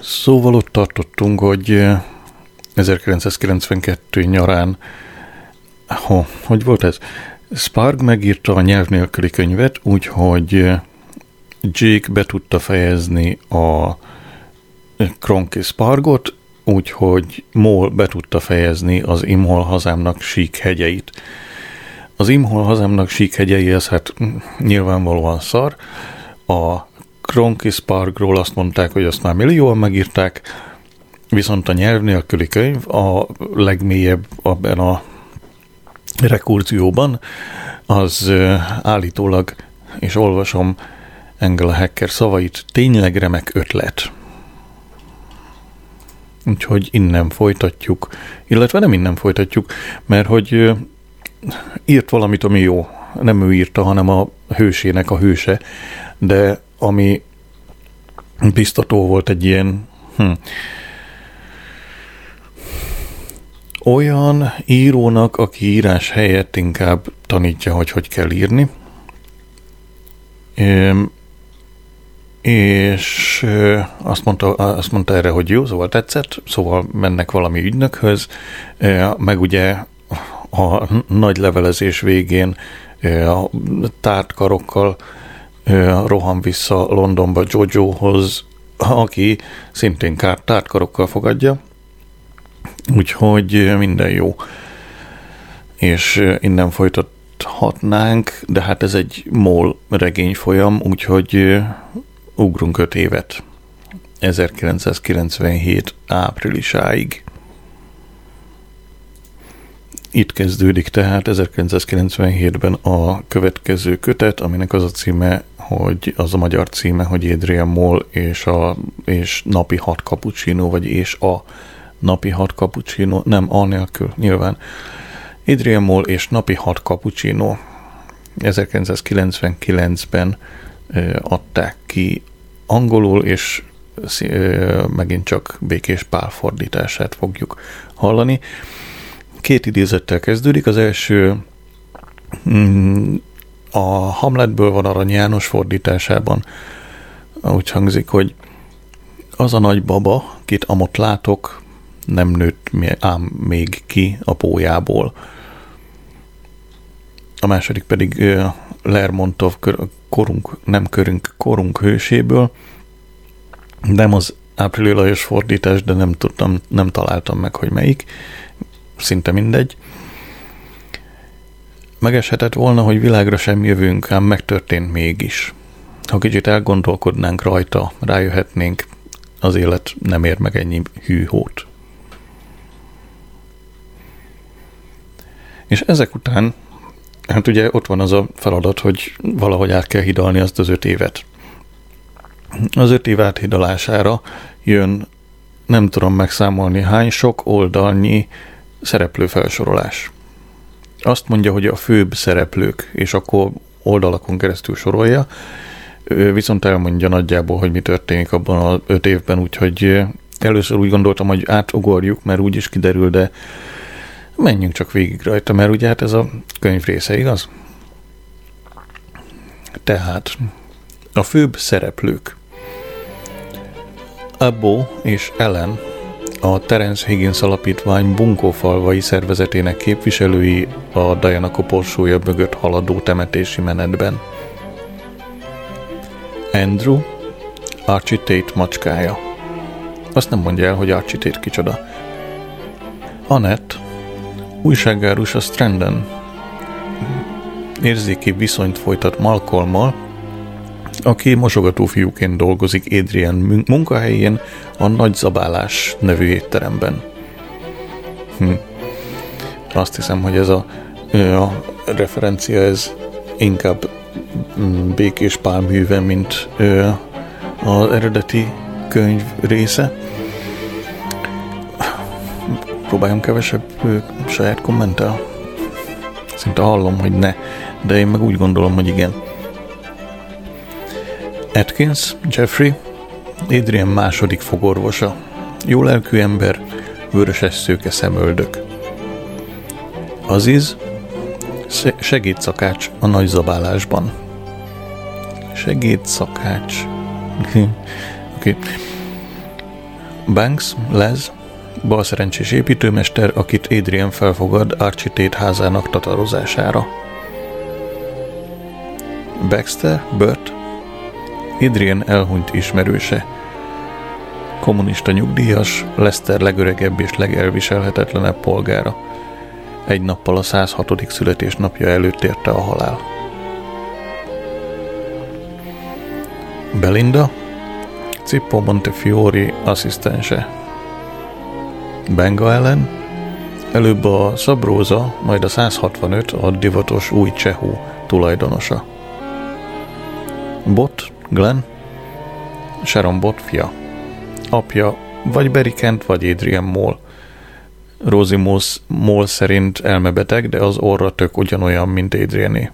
Szóval ott tartottunk, hogy 1992 nyarán, hogy volt ez? Spark megírta a nyelv nélküli könyvet, úgyhogy Jake be tudta fejezni a Kronki Spargot, úgyhogy Maul be tudta fejezni az Imhol hazámnak sík hegyeit. Az Imhol hazámnak sík hegyei, ez hát nyilvánvalóan szar. A Kronki Sparkról azt mondták, hogy azt már millióan megírták, viszont a nyelv nélküli könyv a legmélyebb abban a rekurzióban, az állítólag, és olvasom Angela Hacker szavait, tényleg remek ötlet. Úgyhogy innen folytatjuk, illetve nem innen folytatjuk, mert hogy írt valamit, ami jó. Nem ő írta, hanem a hősének a hőse, de ami biztató volt egy ilyen olyan írónak, aki írás helyett inkább tanítja, hogy kell írni. És azt mondta erre, hogy jó, szóval tetszett, szóval mennek valami ügynökhöz, meg ugye a nagy levelezés végén a tárt karokkal rohan vissza Londonba Jojohoz, aki szintén tárt karokkal fogadja, úgyhogy minden jó. És innen folytathatnánk, de hát ez egy Maul regényfolyam, úgyhogy ugrunk 5 évet. 1997 áprilisáig. Itt kezdődik tehát 1997-ben a következő kötet, aminek az a címe, hogy az a magyar címe, hogy Adrian Maul és napi 6 cappuccino, vagy és a napi 6 cappuccino, nem a nélkül, nyilván. Adrian Maul és napi 6 cappuccino 1999-ben adták ki angolul, és megint csak Békés Pál fordítását fogjuk hallani. 2 idézettel kezdődik. Az első a Hamletből van Arany János fordításában. Úgy hangzik, hogy az a nagy baba, kit amott látok, nem nőtt ám még ki a pólyából. A második pedig Lermontov korunk hőséből. Nem az Április Lajos fordítás, de nem találtam meg, hogy melyik. Szinte mindegy. Megeshetett volna, hogy világra sem jövünk, ám megtörtént mégis. Ha kicsit elgondolkodnánk rajta, rájöhetnénk, az élet nem ér meg ennyi hűhót. És ezek után, hát ugye ott van az a feladat, hogy valahogy át kell hidalni azt az 5 évet. Az 5 év áthidalására jön, nem tudom megszámolni hány sok oldalnyi szereplőfelsorolás. Azt mondja, hogy a főbb szereplők, és akkor oldalakon keresztül sorolja, viszont elmondja nagyjából, hogy mi történik abban az 5 évben, úgyhogy először úgy gondoltam, hogy átugorjuk, mert úgy is kiderül, de menjünk csak végig rajta, mert ugye hát ez a könyv része, igaz? Tehát a főbb szereplők. Abbo és Ellen, a Terence Higgins Alapítvány bunkófalvai szervezetének képviselői a Diana koporsója mögött haladó temetési menetben. Andrew, Archie Tate macskája. Azt nem mondja el, hogy Archie Tate kicsoda. Annette, újságárus a Stranden. Érzéki viszonyt folytat Malcolmmal, aki mosogató fiúként dolgozik Adrian munkahelyén a Nagy Zabálás nevű étteremben. Azt hiszem, hogy ez a referencia, ez inkább Békés Pál műve, mint az eredeti könyv része. Próbáljam kevesebb saját kommentál. Szinte hallom, hogy ne, de én meg úgy gondolom, hogy igen. Atkins, Jeffrey, Adrian második fogorvosa. Jó lelkű ember, vöröses szőke szemöldök. Aziz, segédszakács a Nagy Zabálásban. Segédszakács. Okay. Banks, Les, balszerencsés építőmester, akit Adrian felfogad Archie Tate házának tatarozására. Baxter, Bert, Adrian elhunyt ismerőse. Kommunista nyugdíjas, Lester legöregebb és legelviselhetetlenebb polgára. Egy nappal a 106. születésnapja előtt érte a halál. Belinda, Cippo Montefiore asszisztense. Benga Ellen, előbb a Szabróza, majd a 165 a divatos új csehó tulajdonosa. Bot, Glenn, Sharon Bot fia. Apja vagy Barry Kent, vagy Adrian Mole. Rosie Mole szerint elmebeteg, de az orra tök ugyanolyan, mint Adriané.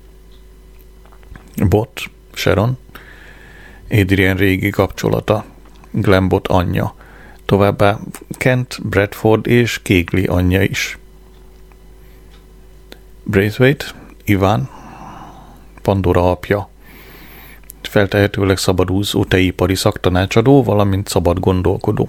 Bot, Sharon, Adrian régi kapcsolata, Glenn Bot anyja, továbbá Kent, Bradford és Kégli anyja is. Braithwaite, Ivan, Pandora apja, feltehetőleg szabadúszó teipari szaktanácsadó, valamint szabad gondolkodó.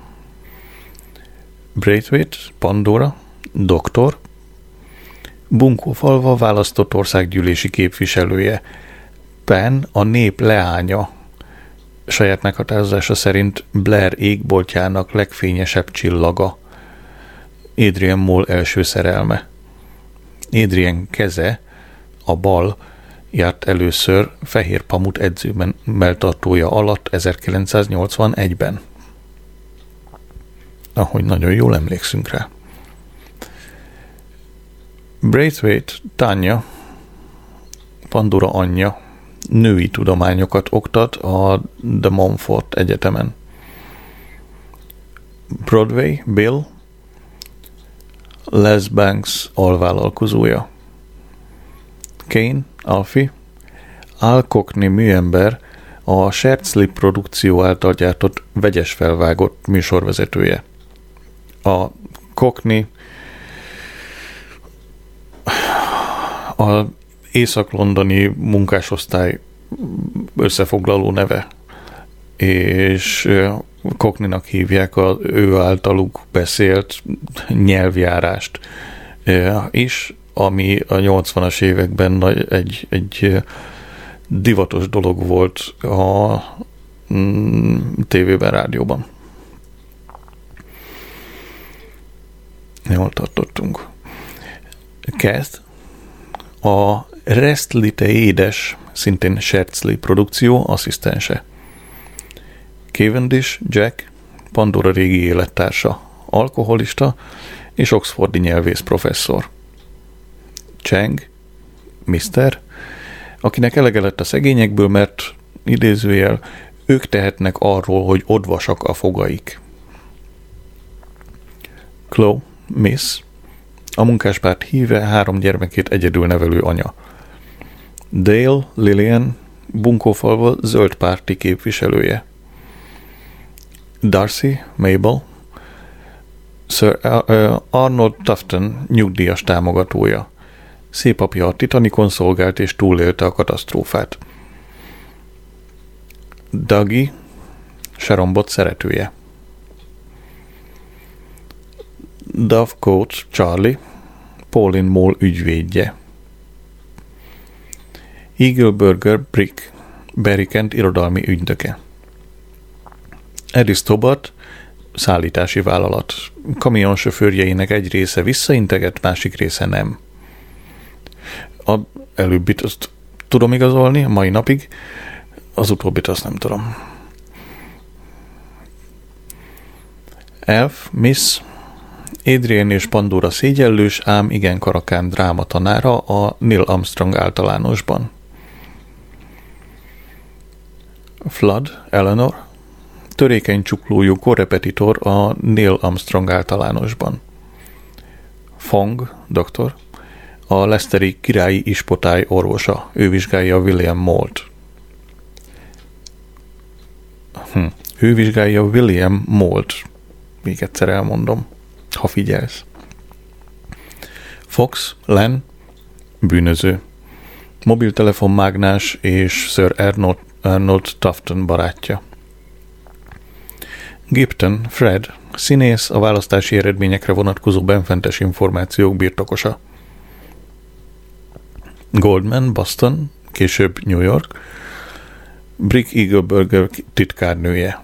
Braithwaite, Pandora, doktor, Bunkófalva választott országgyűlési képviselője, Penn a nép leánya, saját meghatározása szerint Blair égboltjának legfényesebb csillaga, Adrian Mole első szerelme. Adrian keze, a bal, járt először fehér pamut edzőmelltartója alatt 1981-ben. Ahogy nagyon jól emlékszünk rá. Braithwaite, Tanya, Pandora anyja, női tudományokat oktat a De Montfort Egyetemen. Broadway, Bill, Les Banks alvállalkozója. Kane, Alfie, Al Cockney műember, a Shared Sleep produkció által gyártott vegyes felvágott műsorvezetője. A Cockney a észak-londoni munkásosztály összefoglaló neve, és Cockneynak hívják az ő általuk beszélt nyelvjárást is, ami a 80-as években egy divatos dolog volt a tévében, rádióban. Jól tartottunk. Kezd a Restlite édes, szintén Shared Sleep produkció asszisztense. Cavendish, Jack, Pandora régi élettársa, alkoholista és oxfordi nyelvész professzor. Chang, Mr., akinek elege lett a szegényekből, mert idézőjel ők tehetnek arról, hogy odvasak a fogaik. Chloe, Miss, a munkáspárt híve, 3 gyermekét egyedül nevelő anya. Dale, Lillian, Bunkófalva zöld párti képviselője. Darcy, Mabel, Sir Arnold Tufton nyugdíjas támogatója. Szép apja a Titanicon szolgált és túlélte a katasztrófát. Dougie, Sharon Bot szeretője. Dovecote Charlie, Pauline Mole ügyvédje. Eagle Burger Brick, Barry Kent irodalmi ügynöke. Eddie Stobart, szállítási vállalat. Kamionsofőrjeinek egy része visszainteget, másik része nem. A előbbit azt tudom igazolni, a mai napig, az utóbbit azt nem tudom. Elf, Miss, Adrian és Pandora szégyellős, ám igen karakán drámatanára a Neil Armstrong általánosban. Flood, Eleanor, törékeny csuklójú korrepetitor a Neil Armstrong általánosban. Fong, doktor, a Leicesteri királyi ispotály orvosa, ő vizsgálja William Moult. Ő vizsgálja William Moult. Még egyszer elmondom, ha figyelsz. Fox, Len, bűnöző. Mobiltelefonmágnás és Sir Arnold Tufton barátja. Gipton Fred, színész, a választási eredményekre vonatkozó benfentes információk birtokosa. Goldman, Boston, később New York, Brick Eagleburger titkárnője.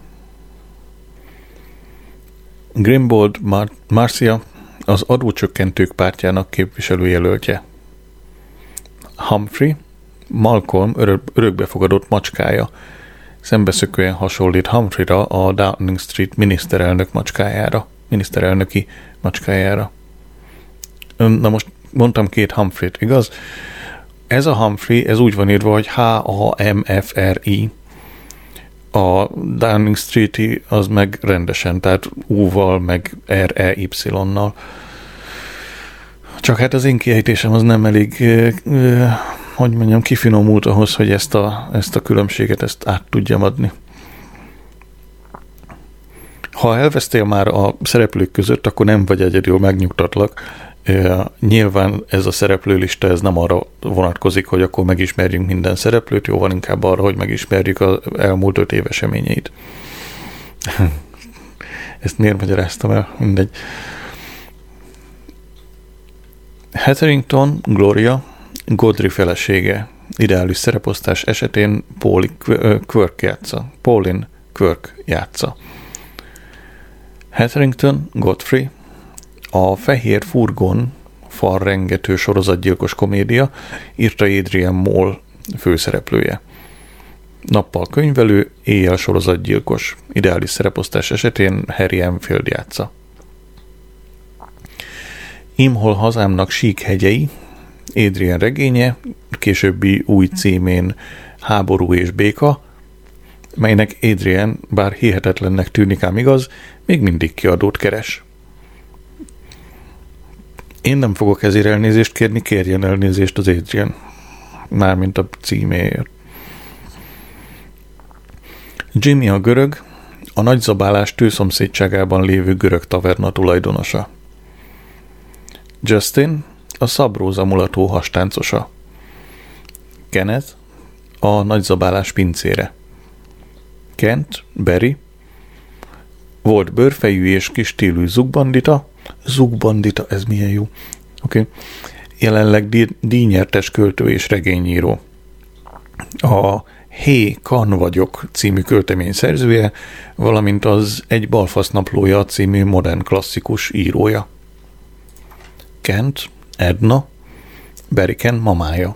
Grimbold Marcia, az adócsökkentők pártjának képviselőjelöltje. Humphrey, Malcolm örökbefogadott macskája, szembeszökően hasonlít Humphreyra, a Downing Street miniszterelnöki macskájára. Na most mondtam két Humphreyt, igaz? Ez a Humphrey, ez úgy van írva, hogy H-A-M-F-R-I. A Downing Street-i az meg rendesen, tehát U-val, meg R-E-Y-nal. Csak hát az én kiejtésem az nem elég, hogy mondjam, kifinomult ahhoz, hogy ezt a különbséget ezt át tudjam adni. Ha elvesztél már a szereplők között, akkor nem vagy egyedül, megnyugtatlak. Nyilván ez a szereplőlista ez nem arra vonatkozik, hogy akkor megismerjünk minden szereplőt, jóval inkább arra, hogy megismerjük az elmúlt 5 év eseményeit. Ezt miért magyaráztam el? Mindegy. Hetherington Gloria, Godfrey felesége. Ideális szereposztás esetén Pauline Quirk játsza. Hetherington Godfrey, a Fehér furgon falrengető sorozatgyilkos komédia, írta Adrian Mole főszereplője. Nappal könyvelő, éjjel sorozatgyilkos. Ideális szereposztás esetén Harry Enfield játsza. Imhol hazámnak sík hegyei, Adrian regénye, későbbi új címén Háború és béka, melynek Adrian, bár hihetetlennek tűnik ám igaz, még mindig kiadót keres. Én nem fogok ezért elnézést kérni, kérjen elnézést az Adrian. Mármint a címéért. Jimmy a görög, a nagyzabálás tőszomszédságában lévő görög taverna tulajdonosa. Justin, a szabróza mulató hastáncosa. Kenneth, a nagyzabálás pincére. Kent, Barry, volt bőrfejű és kis stílű zugbandita, ez milyen jó. Okay. Jelenleg díjnyertes költő és regényíró. A Hé, Kan vagyok című költemény szerzője, valamint az Egy balfasz naplója című modern klasszikus írója. Kent, Edna, Barry mamája.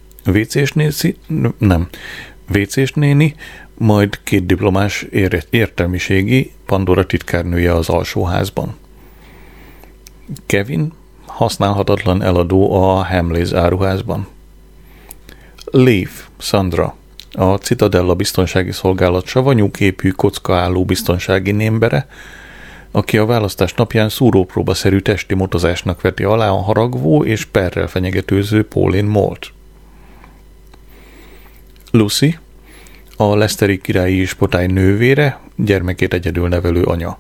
WC-s néni, majd 2 diplomás értelmiségi, Pandora titkárnője az alsóházban. Kevin, használhatatlan eladó a Hamleys áruházban. Leaf, Sandra, a Citadella biztonsági szolgálat savanyú képű kockaálló biztonsági némbere, aki a választás napján szúrópróbaszerű testi motozásnak veti alá a haragvó és perrel fenyegetőző Pauline Malt. Lucy, a Leicesteri királyi ispotály nővére, gyermekét egyedül nevelő anya.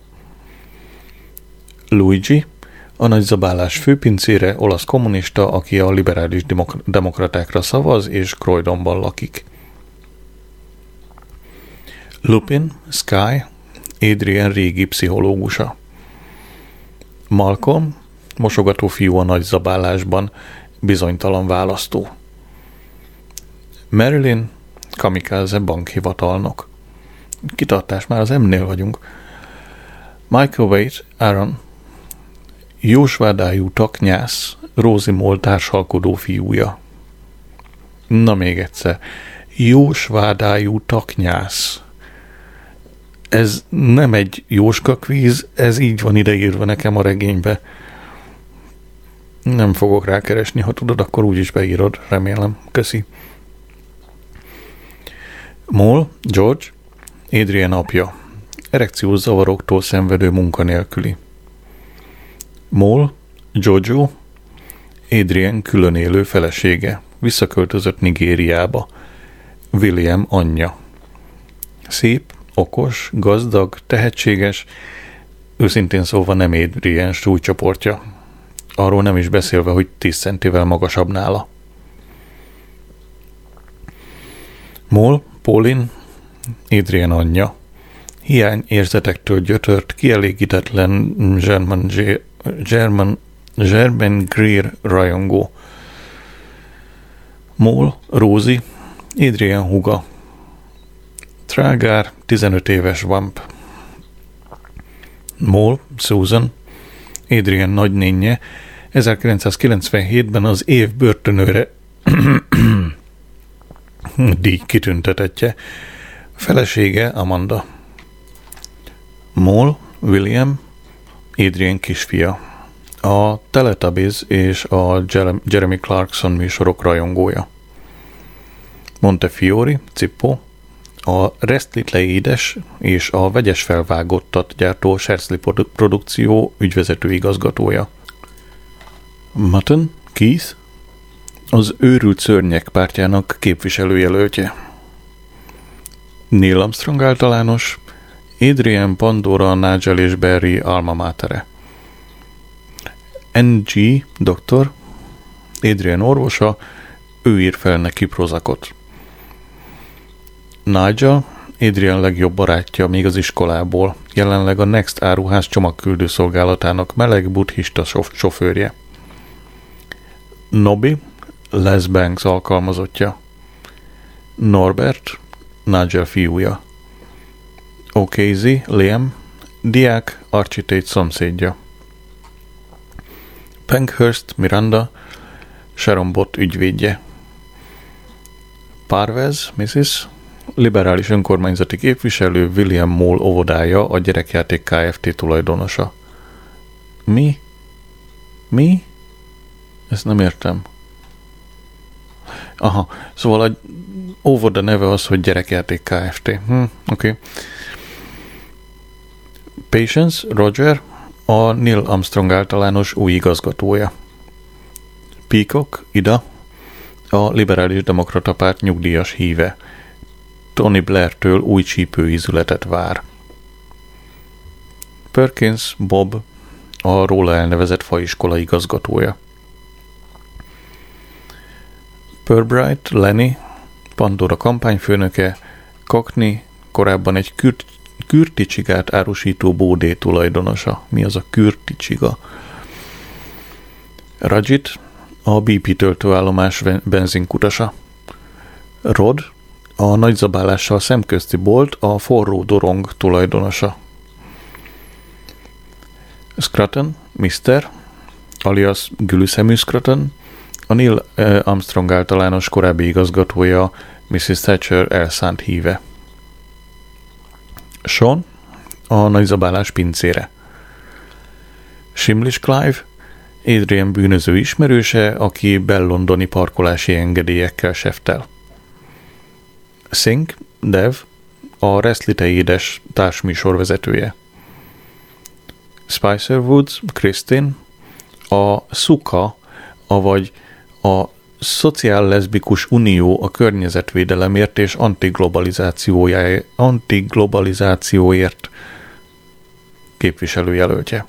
Luigi, a nagyzabálás főpincére, olasz kommunista, aki a liberális demokratákra szavaz és Croydonban lakik. Lupin, Sky, Adrian régi pszichológusa. Malcolm, mosogató fiú a nagyzabálásban, bizonytalan választó. Marilyn, kamikaze bankhivatalnok. Kitartás, már az M-nél vagyunk. Michael Waite, Aaron, jósvádájú taknyász, Rosie Mole társalkodó fiúja. Na még egyszer. Jósvádájú taknyász. Ez nem egy jóskakvíz, ez így van ideírva nekem a regénybe. Nem fogok rákeresni, ha tudod, akkor úgyis beírod, remélem. Köszi. Mole, George, Adrian apja. Erekciós zavaroktól szenvedő munkanélküli. Mole, Jojo, Adrian külön élő felesége. Visszaköltözött Nigériába. William anyja. Szép, okos, gazdag, tehetséges, őszintén szólva nem Adrian súlycsoportja. Arról nem is beszélve, hogy 10 centivel magasabb nála. Mole, Pauline, Adrian anyja. hiány érzetektől gyötört, kielégítetlen German Greer rajongó. Mól, Rózi, Adrian húga. Trágár, 15 éves vamp. Mól, Susan, Adrian nagynénje, 1997-ben az év börtönőre díj kitüntetettje. Felesége Amanda. Mól, William, Adrian kisfia. A Teletubbies és a Jeremy Clarkson műsorok rajongója. Montefiore, Cippo, a Resztlitle édes és a vegyes felvágottat gyártó Scherszli produkció ügyvezető igazgatója. Mutton, Keith, az őrült szörnyek pártjának képviselőjelöltje. Neil Armstrong általános, Adrian Pandora, Nigel és Barry alma matere. N.G. doktor, Adrian orvosa, ő ír fel neki Prozacot. Nigel, Adrian legjobb barátja még az iskolából, jelenleg a Next áruház csomagküldő szolgálatának meleg buddhista sofőrje. Nobby, Les Banks alkalmazottja. Norbert, Nigel fiúja. O'Casey, Liam, diák, Archie Tate szomszédja. Pankhurst, Miranda, Sharon Bott ügyvédje. Parvez, Mrs., liberális önkormányzati képviselő, William Mól óvodája, a Gyerekjáték Kft. Tulajdonosa. Mi? Ezt nem értem. Aha, szóval a óvoda neve az, hogy Gyerekjáték Kft. Oké. Patience, Roger, a Neil Armstrong általános új igazgatója. Peacock, Ida, a liberális demokrata párt nyugdíjas híve. Tony Blairtől új csípőízületet vár. Perkins, Bob, a róla elnevezett faiskola igazgatója. Purbright, Lenny, Pandora kampányfőnöke, Cockney, korábban egy kürticsigát árusító bódé tulajdonosa. Mi az a kürticsiga? Rajit, a BP töltőállomás benzinkutasa. Rod, a nagyzabálással szemközti bolt, a forró dorong tulajdonosa. Scruton, Mr., alias Gülüszemű Scruton, a Neil Armstrong általános korábbi igazgatója, Mrs. Thatcher elszánt híve. Sean, a nagyzabálás pincére. Shimlish Clive, Adrian bűnöző ismerőse, aki bellondoni parkolási engedélyekkel seftel. Sink, Dev, a Reszlite édes társműsorvezetője. Spicer Woods, Christine, a SUKA, avagy a Szociál-Leszbikus Unió a környezetvédelemért és antiglobalizációért képviselőjelöltje.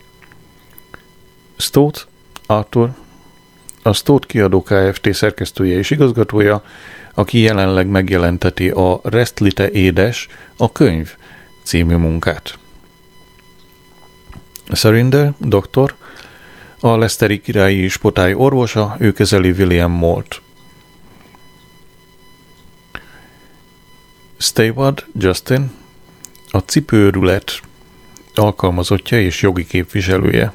Stott, Arthur, a Stott kiadó Kft. Szerkesztője és igazgatója, aki jelenleg megjelenteti a Resztlite édes, a könyv című munkát. Surinder, doktor, a Leicesteri királyi spotály orvosa, ő kezeli William Moult. Stewart, Justin, a cipőrület alkalmazottja és jogi képviselője.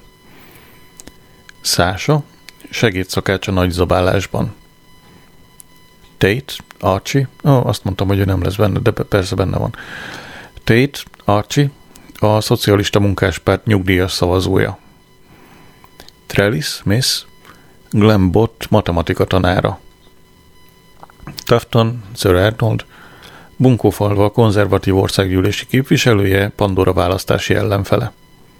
Sasha, segédszakács a nagyzabálásban. Tate, Archie, azt mondtam, hogy ő nem lesz benne, de persze benne van. Tate, Archie, a szocialista munkáspárt nyugdíjas szavazója. Trellis, Miss, Glenn Bott, matematika tanára. Tufton, Sir Arnold, Bunkófalva konzervatív országgyűlési képviselője, Pandora választási ellenfele.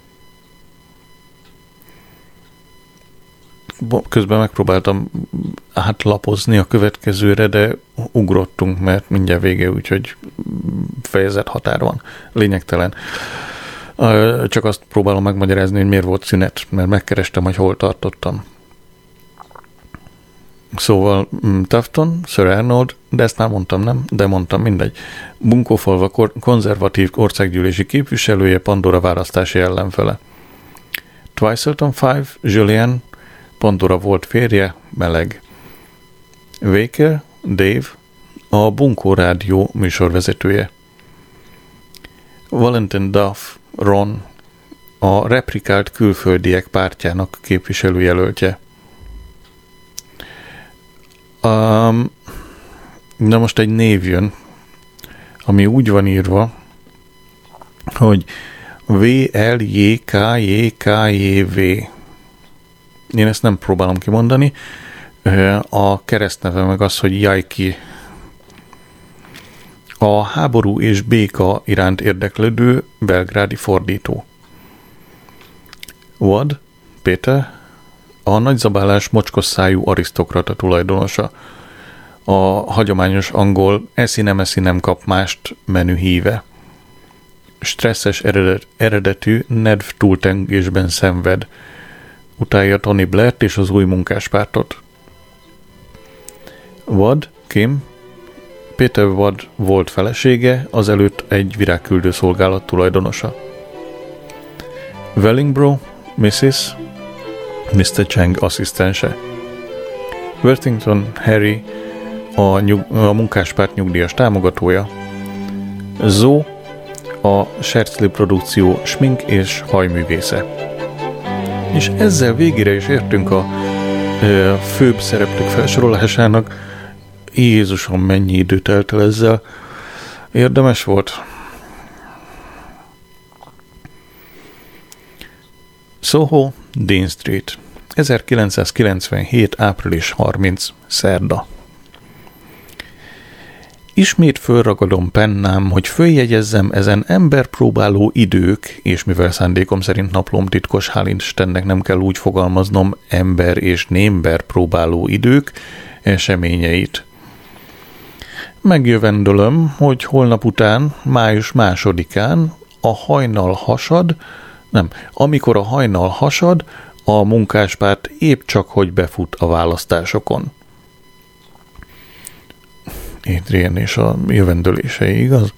Közben megpróbáltam átlapozni a következőre, de ugrottunk, mert mindjárt vége, úgyhogy fejezet határ van. Lényegtelen. Csak azt próbálom megmagyarázni, hogy miért volt szünet, mert megkerestem, hogy hol tartottam. Szóval Tufton, Sir Arnold, de ezt már mondtam, nem? De mondtam, mindegy. Bunkófalva konzervatív országgyűlési képviselője, Pandora választási ellenfele. Twickelton Five, Julian, Pandora volt férje, meleg. Waker, Dave, a Bunkó rádió műsorvezetője. Valentin Duff, Ron, a replikált külföldiek pártjának képviselőjelöltje. De most egy név jön, ami úgy van írva, hogy VLJKJKJV. Én ezt nem próbálom kimondani. A keresztneve meg az, hogy Jajki. A háború és béka iránt érdeklődő belgrádi fordító. Wad, Péter, a nagyzabálás mocskos szájú arisztokrata tulajdonosa. A hagyományos angol eszi nem kap mást menü híve. Stresszes eredetű nedv túltengésben szenved. Utálja Tony Blairt és az új munkáspártot. Wad, Kim, Peter Wad volt felesége, azelőtt egy virágküldő szolgálat tulajdonosa. Wellingborough, Mrs. Mr. Chang asszisztense. Worthington Harry, a munkáspárt nyugdíjas támogatója. Zoe, a Schertzli produkció smink és hajművésze. És ezzel végére is értünk a főbb szereplők felsorolásának. Jézusom, mennyi idő telt el ezzel. Érdemes volt. Soho, Dean Street. 1997. április 30. szerda. Ismét fölragadom pennám, hogy följegyezzem ezen emberpróbáló idők, és mivel szándékom szerint naplóm titkos, hál' Istennek nem kell úgy fogalmaznom, ember és némber próbáló idők eseményeit. Megjövendölöm, hogy holnap után, május 2-án amikor a hajnal hasad, a munkáspárt épp csak hogy befut a választásokon. Adrian és a jövendölései, igaz?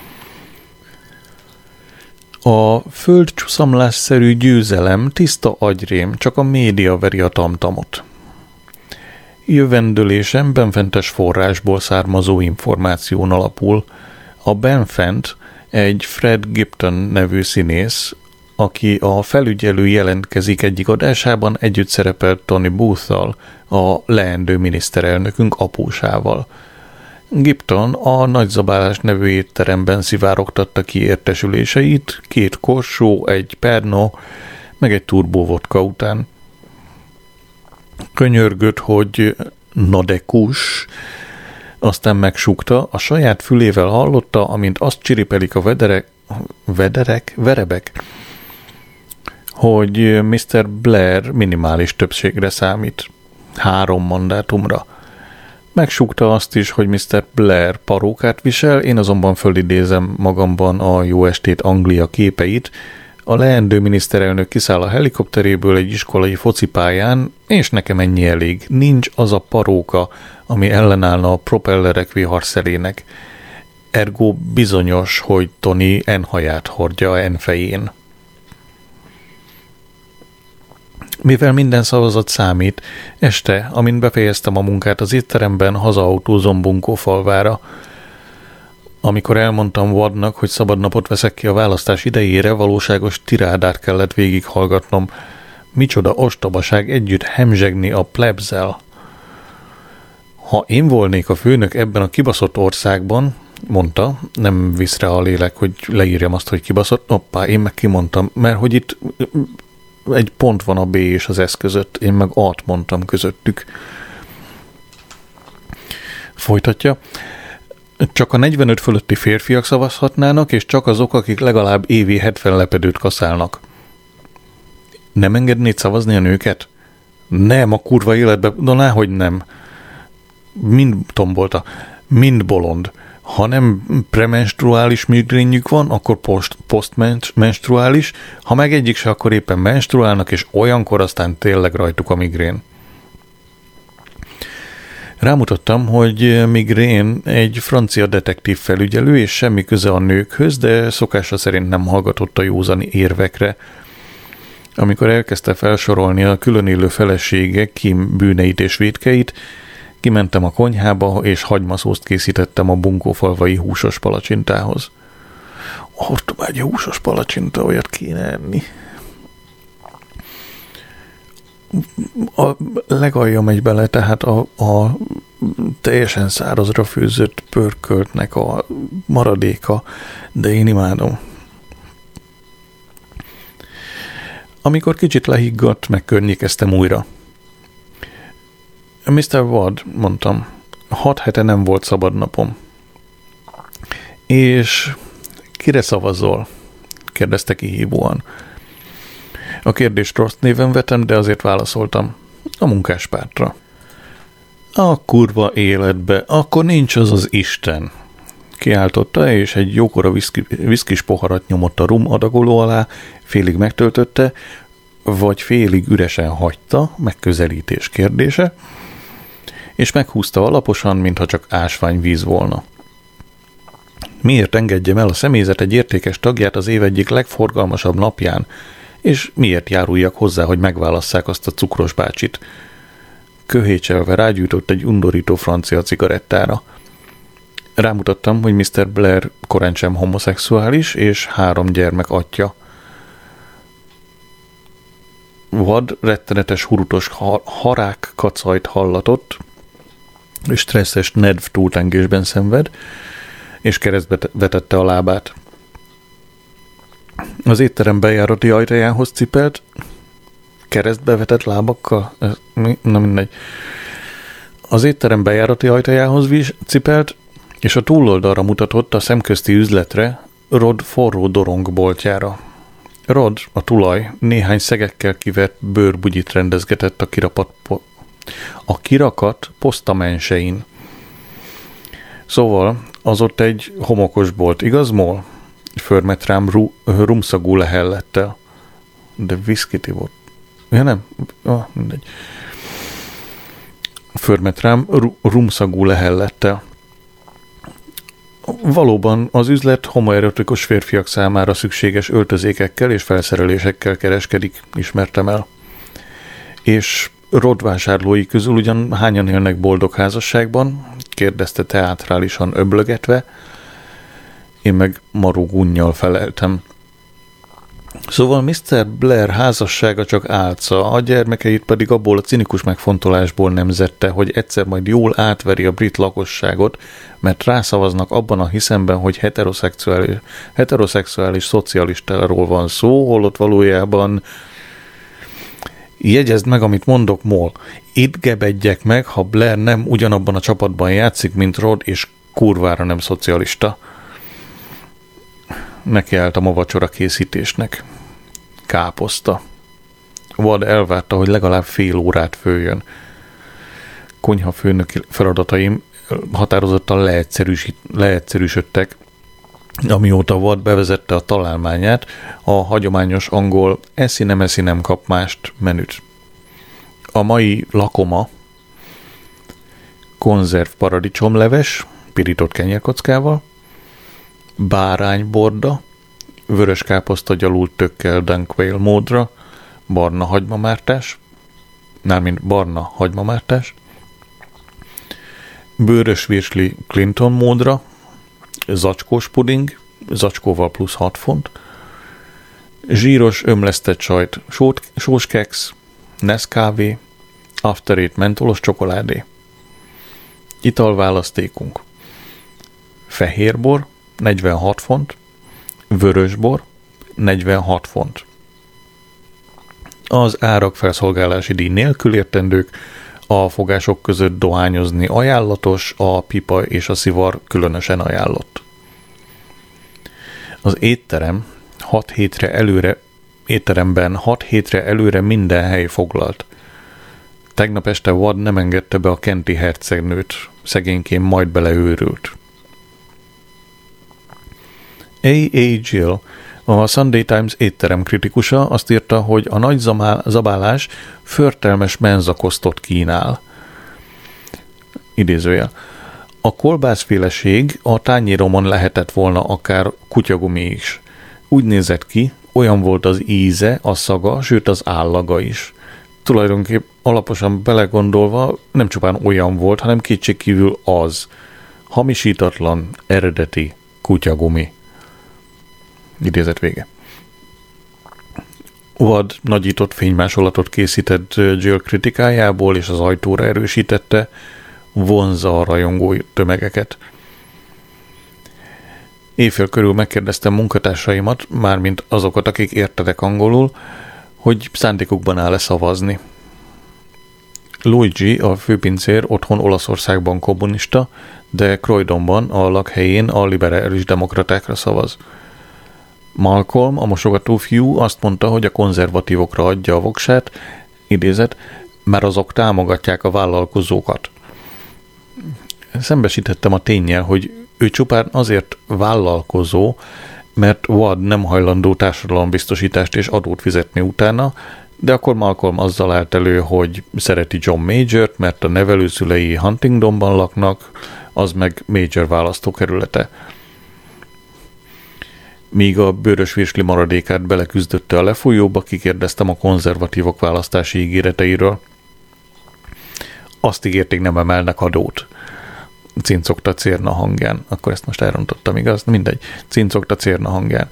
A földcsuszamlásszerű győzelem tiszta agyrém, csak a média veri a tamtamot. Jövendölésem benfentes forrásból származó információn alapul. A benfent egy Fred Gipton nevű színész, aki a felügyelő jelentkezik egyik adásában, együtt szerepelt Tony Booth-tal, a leendő miniszterelnökünk apósával. Gipton a Nagyzabálás nevű étteremben szivárogtatta ki értesüléseit, 2 korsó, egy pernó, meg egy turbóvodka után. Könyörgött, hogy nadekus, aztán megsúgta, a saját fülével hallotta, amint azt csiripelik a verebek, hogy Mr. Blair minimális többségre számít, 3 mandátumra. Megsúgta azt is, hogy Mr. Blair parókát visel, én azonban fölidézem magamban a Jó estét Anglia képeit. A leendő miniszterelnök kiszáll a helikopteréből egy iskolai focipályán, és nekem ennyi elég. Nincs az a paróka, ami ellenállna a propellerek viharszelének. Ergo bizonyos, hogy Tony N haját hordja N fején. Mivel minden szavazat számít, este, amint befejeztem a munkát az étteremben, hazaautózom Bunkófalvára. Amikor elmondtam Wadnak, hogy szabadnapot veszek ki a választás idejére, valóságos tirádát kellett végighallgatnom. Micsoda ostobaság együtt hemzsegni a plebzel. Ha én volnék a főnök ebben a kibaszott országban, mondta, nem visz rá a lélek, hogy leírjam azt, hogy kibaszott. Hoppá, én meg kimondtam, mert hogy itt egy pont van a B és az S között, én meg A-t mondtam közöttük. Folytatja. Csak a 45 fölötti férfiak szavazhatnának, és csak azok, akik legalább évi 70 lepedőt kaszálnak. Nem engednéd szavazni a nőket? Nem, a kurva életbe, de náhogy nem. Mind tombolta, mind bolond. Ha nem premenstruális migrényük van, akkor posztmenstruális, ha meg egyik se, akkor éppen menstruálnak, és olyankor aztán tényleg rajtuk a migrén. Rámutattam, hogy Migraine egy francia detektív felügyelő, és semmi köze a nőkhöz, de szokása szerint nem hallgatott a józan érvekre. Amikor elkezdte felsorolni a különélő felesége Kim bűneit és vétkeit, kimentem a konyhába, és hagymaszószt készítettem a bunkófalvai húsos palacsintához. Hortobágyi húsos palacsinta, olyat kéne enni. A legalja megy bele, tehát a teljesen szárazra főzött pörköltnek a maradéka, de én imádom. Amikor kicsit lehiggadt, megkörnyékeztem újra. Mr. Wadd, mondtam, 6 hete nem volt szabad napom. És kire szavazol? Kérdezte kihívóan. A kérdést rossz néven vetem, de azért válaszoltam. A munkáspártra. A kurva életbe, akkor nincs az az Isten. Kiáltotta, és egy jókora viszkis poharat nyomott a rum adagoló alá, félig megtöltötte, vagy félig üresen hagyta, megközelítés kérdése, és meghúzta alaposan, mintha csak ásványvíz volna. Miért engedjem el a személyzet egy értékes tagját az év egyik legforgalmasabb napján, és miért járuljak hozzá, hogy megválasszák azt a cukros bácsit? Köhécselve rágyújtott egy undorító francia cigarettára. Rámutattam, hogy Mr. Blair korántsem homoszexuális, és 3 gyermek atya. Wadd rettenetes hurutos harák kacajt hallatott, és stresszes nedv túltengésben szenved, és keresztbe vetette a lábát. Az étterem bejárati ajtajához cipelt, keresztbe vetett lábakkal? Na mindegy. Az étterem bejárati ajtajához cipelt, és a túloldalra mutatott a szemközti üzletre, Rod forró dorongboltjára. Rod, a tulaj, néhány szegekkel kivert bőrbugyit rendezgetett a kirakat posztamensein. Szóval az ott egy homokos bolt, igaz, Mol? Förmet rám rumszagú lehellettel. De viszkiti volt. Ja nem? Mindegy. Förmet rám rumszagú lehellettel. Valóban az üzlet homoerotikus férfiak számára szükséges öltözékekkel és felszerelésekkel kereskedik, ismertem el. És Rod vásárlói közül ugyan hányan élnek boldog házasságban? Kérdezte teátrálisan öblögetve. Én meg maró gunnyal feleltem. Szóval Mr. Blair házassága csak álca, a gyermekeit pedig abból a cinikus megfontolásból nemzette, hogy egyszer majd jól átveri a brit lakosságot, mert rászavaznak abban a hiszemben, hogy heteroszexuális szocialistáról van szó, holott valójában jegyezd meg, amit mondok, Mol. Itt gebedjek meg, ha Blair nem ugyanabban a csapatban játszik, mint Rod, és kurvára nem szocialista. Nekiálltam a vacsora készítésnek. Káposzta. Wadd elvárta, hogy legalább fél órát följön. Konyhafőnöki feladataim határozottan leegyszerűsödtek, amióta Wadd bevezette a találmányát, a hagyományos angol eszi nem kap mást menüt. A mai lakoma konzerv paradicsomleves, pirított kenyérkockával, bárányborda, vörös káposzta gyalult tökkel Dunquale módra, barna hagymamártás, bőrös virsli Clinton módra, zacskós puding, zacskóval plusz 6 font, zsíros ömlesztett sajt, sóskeks, Nescafé, After Eight mentolos csokoládé. Italválasztékunk. Fehérbor, 46 font, vörösbor, 46 font. Az árak felszolgálási díj nélkül értendők, a fogások között dohányozni ajánlatos, a pipa és a szivar különösen ajánlott. Az étteremben 6 hétre előre minden hely foglalt. Tegnap este Wadd nem engedte be a kenti hercegnőt, szegénykén majd beleőrült. A. Gill, a Sunday Times étterem kritikusa azt írta, hogy a nagy zabálás förtelmes menzakosztot kínál. Idézőjel. A kolbászféleség a tányéromon lehetett volna akár kutyagumi is. Úgy nézett ki, olyan volt az íze, a szaga, sőt az állaga is. Tulajdonképp alaposan belegondolva nem csupán olyan volt, hanem kétségkívül az. Hamisítatlan, eredeti kutyagumi. Idézet vége. Wadd nagyított fénymásolatot készített Jill kritikájából, és az ajtóra erősítette, vonzza a rajongó tömegeket. Éjfél körül megkérdeztem munkatársaimat, mármint azokat, akik értedek angolul, hogy szándékukban áll-e szavazni. Luigi, a főpincér, otthon Olaszországban kommunista, de Croydonban, a lakhelyén a liberális demokratákra szavaz. Malcolm, a mosogató fiú azt mondta, hogy a konzervatívokra adja a voksát, idézet, mert azok támogatják a vállalkozókat. Szembesítettem a ténnyel, hogy ő csupán azért vállalkozó, mert Wadd nem hajlandó társadalombiztosítást és adót fizetni utána, de akkor Malcolm azzal állt elő, hogy szereti John Majort, mert a nevelőszülei Huntingdonban laknak, az meg Major választókerülete. Míg a bőrös virsli maradékát beleküzdötte a lefolyóba, kikérdeztem a konzervatívok választási ígéreteiről. Azt ígérték, nem emelnek adót. Cincogta Cérna hangján. Akkor ezt most elrontottam, igaz? Mindegy. Cincogta Cérna hangján.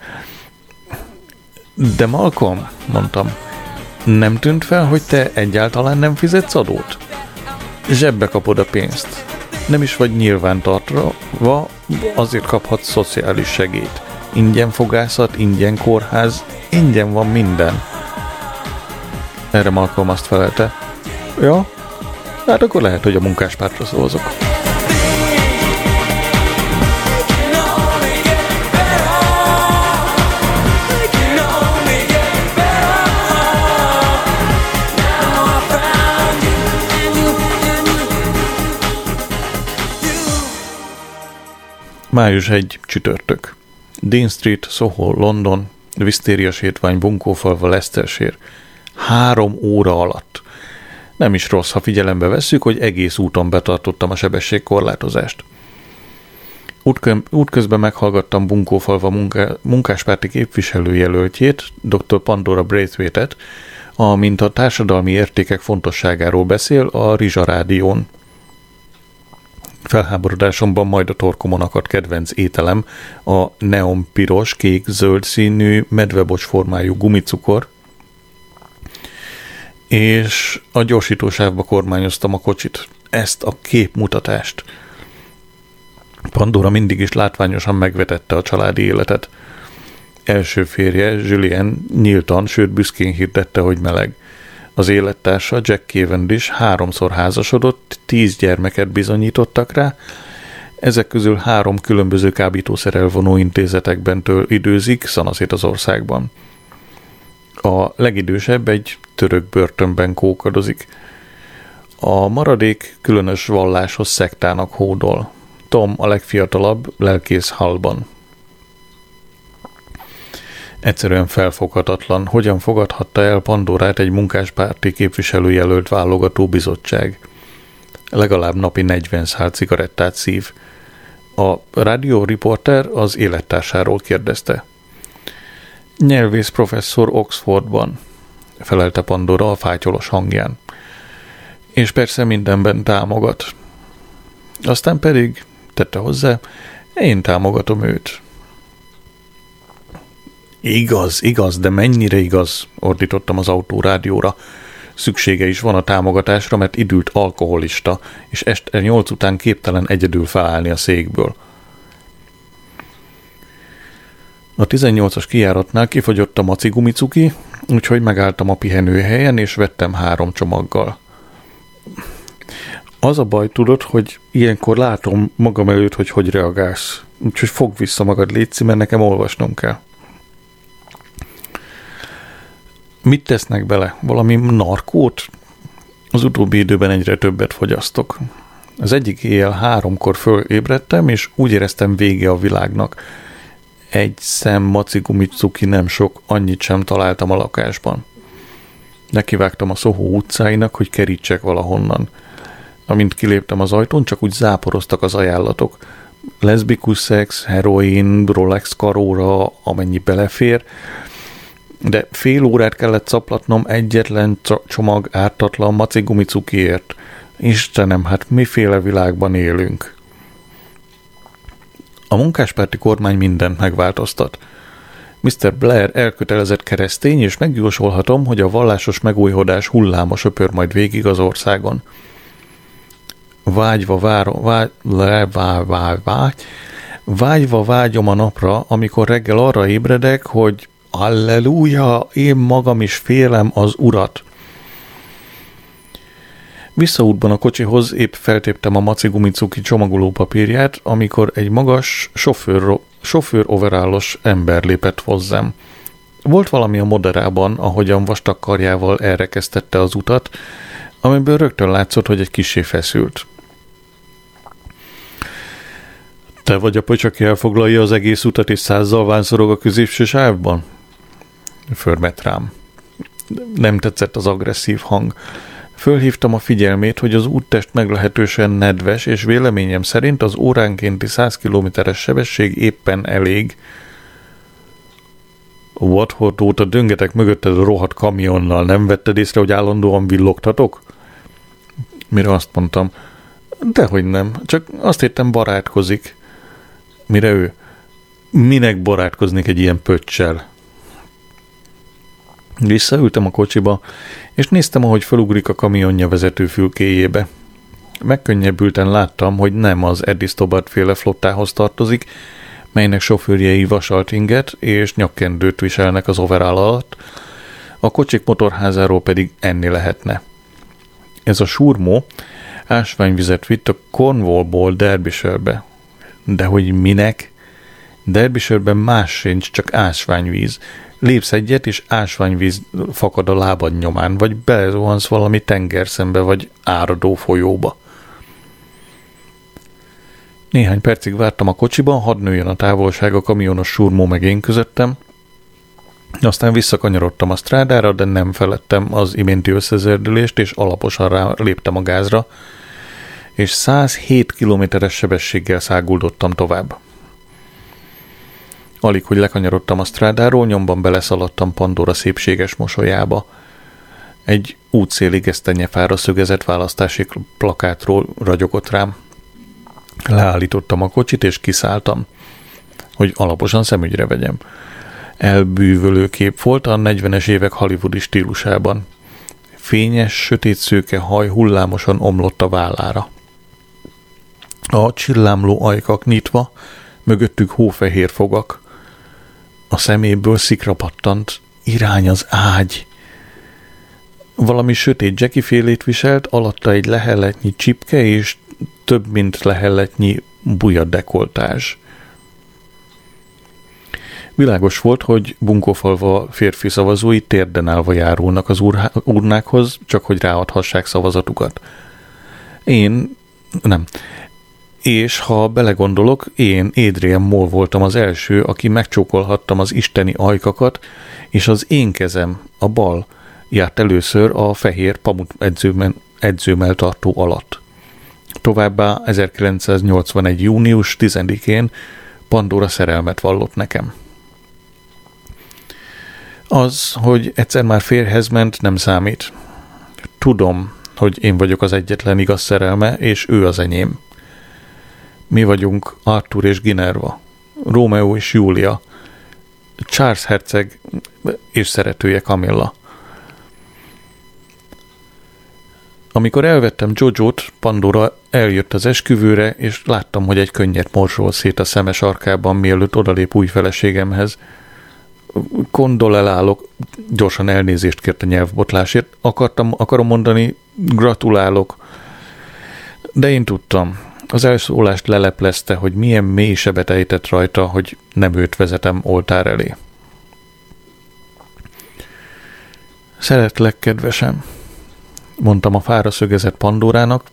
De Malcolm, mondtam, nem tűnt fel, hogy te egyáltalán nem fizetsz adót? Zsebbe kapod a pénzt. Nem is vagy nyilvántartva, azért kaphatsz szociális segélyt. Ingyen fogászat, ingyen kórház, ingyen van minden. Erre Malcolm azt felelte. Ja, hát akkor lehet, hogy a munkáspártra szavazok. Május 1, csütörtök. Dean Street, Soho, London, Wisteria sétvány, Bunkófalva, Leicestershire. 3 óra alatt. Nem is rossz, ha figyelembe vesszük, hogy egész úton betartottam a sebességkorlátozást. Útközben meghallgattam Bunkófalva munkáspárti képviselőjelöltjét, dr. Pandora Braithwaite-et, amint a társadalmi értékek fontosságáról beszél a Rizsa rádión. Felháborodásomban majd a torkomon akadt kedvenc ételem a neonpiros, kék-zöld színű, medvebocs formájú gumicukor, és a gyorsítósávba kormányoztam a kocsit. Ezt a képmutatást. Pandora mindig is látványosan megvetette a családi életet. Első férje, Julien nyíltan, sőt büszkén hirdette, hogy meleg. Az élettársa, Jack Cavendish 3-szor házasodott, 10 gyermeket bizonyítottak rá, ezek közül 3 különböző kábítószer elvonó intézetekben időzik, szanaszét az országban. A legidősebb egy török börtönben kókadozik. A maradék különös valláshoz szektának hódol. Tom a legfiatalabb, lelkész Hullban. Egyszerűen felfoghatatlan, hogyan fogadhatta el Pandorát egy munkáspárti képviselőjelölt válogató bizottság. Legalább napi 40 szál cigarettát szív. A rádióriporter az élettársáról kérdezte. Nyelvész professzor Oxfordban, felelte Pandora a fátyolos hangján. És persze mindenben támogat. Aztán pedig, tette hozzá, én támogatom őt. Igaz, de mennyire igaz, ordítottam az autórádióra. Szüksége is van a támogatásra, mert idült alkoholista, és este 8 után képtelen egyedül felállni a székből. A 18-as kijáratnál kifogyott a macigumicuki, úgyhogy megálltam a pihenőhelyen, és vettem 3 csomaggal. Az a baj, tudod, hogy ilyenkor látom magam előtt, hogy reagálsz. Úgyhogy fogd vissza magad, létszi, mert nekem olvasnom kell. Mit tesznek bele? Valami narkót? Az utóbbi időben egyre többet fogyasztok. Az egyik éjjel 3-kor fölébredtem, és úgy éreztem, vége a világnak. Egy szem macigumicuki nem sok, annyit sem találtam a lakásban. Nekivágtam a Soho utcáinak, hogy kerítsek valahonnan. Amint kiléptem az ajtón, csak úgy záporoztak az ajánlatok. Leszbikus szex, heroin, Rolex karóra, amennyi belefér, de fél órát kellett szaplatnom egyetlen csomag ártatlan macigumi cukiért. Istenem, hát miféle világban élünk? A munkáspárti kormány mindent megváltoztat. Mr. Blair elkötelezett keresztény, és megjósolhatom, hogy a vallásos megújhodás hulláma söpör majd végig az országon. Vágyva vágyom a napra, amikor reggel arra ébredek, hogy Halleluja, én magam is félem az Urat. Visszaútban a kocsihoz épp feltéptem a macigumicuki csomagoló papírját, amikor egy magas, sofőr overállos ember lépett hozzám. Volt valami a moderában, ahogyan vastag karjával elrekesztette az utat, amiből rögtön látszott, hogy egy kissé feszült. Te vagy a pöcs, aki elfoglalja az egész utat és 100-zal vánszorog a középső sávban? Förmet rám. Nem tetszett az agresszív hang. Fölhívtam a figyelmét, hogy az úttest meglehetősen nedves, és véleményem szerint az óránkénti 100 km-es sebesség éppen elég. A Watford óta döngetek mögötted a rohadt kamionnal, nem vetted észre, hogy állandóan villogtatok? Mire azt mondtam, dehogy nem, csak azt hittem barátkozik. Mire ő? Minek barátkoznék egy ilyen pöccsel? Visszaültem a kocsiba, és néztem, ahogy felugrik a kamionja vezetőfülkéjébe. Megkönnyebbülten láttam, hogy nem az Eddie Stobbart féle flottához tartozik, melynek sofőrjei vasalt inget és nyakkendőt viselnek az overall alatt, a kocsik motorházáról pedig enni lehetne. Ez a surmó ásványvizet vitt a Cornwallból Derbyshire-be. De hogy minek? Derbyshire-ben más sincs, csak ásványvíz. Lépsz egyet, és ásványvíz fakad a lábad nyomán, vagy belezuhansz valami tengerszembe, vagy áradó folyóba. Néhány percig vártam a kocsiban, hadd nőjön a távolság a kamionos surmó meg én közöttem, aztán visszakanyarodtam a strádára, de nem feledtem az iménti összezerdülést, és alaposan rá léptem a gázra, és 107 kilométeres sebességgel száguldottam tovább. Alig, hogy lekanyarodtam a strádáról, nyomban beleszaladtam Pandora szépséges mosolyába. Egy útszéli gesztenyefára szögezett választási plakátról ragyogott rám. Leállítottam a kocsit, és kiszálltam, hogy alaposan szemügyre vegyem. Elbűvölő kép volt a 40-es évek hollywoodi stílusában. Fényes, sötét szőke haj hullámosan omlott a vállára. A csillámló ajkak nyitva, mögöttük hófehér fogak. A szeméből szikra pattant, irány az ágy. Valami sötét dzsekifélét viselt, alatta egy lehelletnyi csipke és több mint lehelletnyi bujadekoltázs. Világos volt, hogy bunkófalva férfi szavazói térden állva járulnak az urnákhoz, csak hogy ráadhassák szavazatukat. És ha belegondolok, én, Adrian Moore voltam az első, aki megcsókolhattam az isteni ajkakat, és az én kezem, a bal, járt először a fehér pamut edzőmell tartó alatt. Továbbá 1981. június 10-én Pandora szerelmet vallott nekem. Az, hogy egyszer már férjhez ment, nem számít. Tudom, hogy én vagyok az egyetlen igaz szerelme, és ő az enyém. Mi vagyunk Arthur és Ginerva, Rómeó és Júlia, Charles herceg és szeretője Camilla. Amikor elvettem Jojo-t, Pandora eljött az esküvőre, és láttam, hogy egy könnyet morzsol szét a szeme sarkában, mielőtt odalép új feleségemhez. Kondolálok, gyorsan elnézést kért a nyelvbotlásért. Akarom mondani, gratulálok. De én tudtam. Az elszólást leleplezte, hogy milyen mély sebet ejtett rajta, hogy nem őt vezetem oltár elé. Szeretlek, kedvesem, mondtam a fára szögezett Pandorának.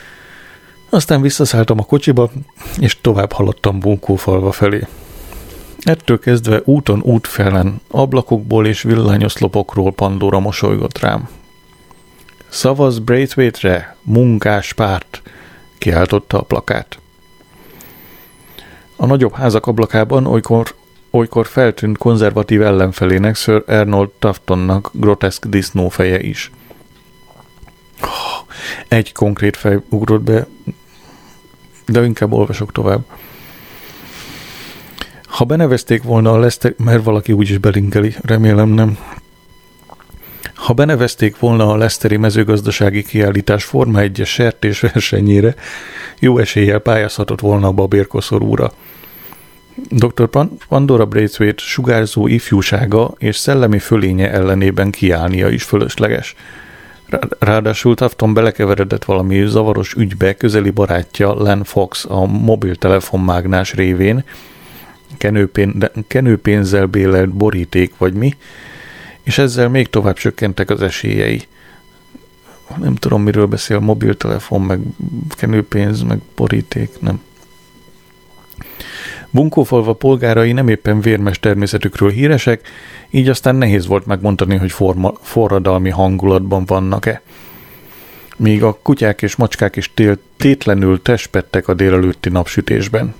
Aztán visszaszálltam a kocsiba, és tovább haladtam bunkófalva felé. Ettől kezdve úton útfelen, ablakokból és villányoszlopokról Pandora mosolygott rám. Szavazz Braithwaite-re, munkáspárt, kiáltotta a plakát. A nagyobb házak ablakában olykor feltűnt konzervatív ellenfelének, Sir Arnold Tuftonnak groteszk disznófeje is. Egy konkrét fej ugrott be, de inkább olvasok tovább. Ha benevezték volna a Leicester, mert valaki úgyis belinkeli, remélem nem. Ha benevezték volna a Leicesteri mezőgazdasági kiállítás Forma 1-es sertés versenyére, jó eséllyel pályázhatott volna a babérkoszorúra. Dr. Pandora Braithwaite sugárzó ifjúsága és szellemi fölénye ellenében kiállnia is fölösleges. Ráadásul Tufton belekeveredett valami zavaros ügybe közeli barátja Len Fox a mobiltelefonmágnás révén, kenőpénzzel bélelt boríték vagy mi, és ezzel még tovább csökkentek az esélyei. Nem tudom, miről beszél, mobiltelefon, meg kenőpénz, meg boríték, nem. Bunkófalva polgárai nem éppen vérmes természetükről híresek, így aztán nehéz volt megmondani, hogy forradalmi hangulatban vannak-e. Míg a kutyák és macskák is tétlenül testpettek a délelőtti napsütésben.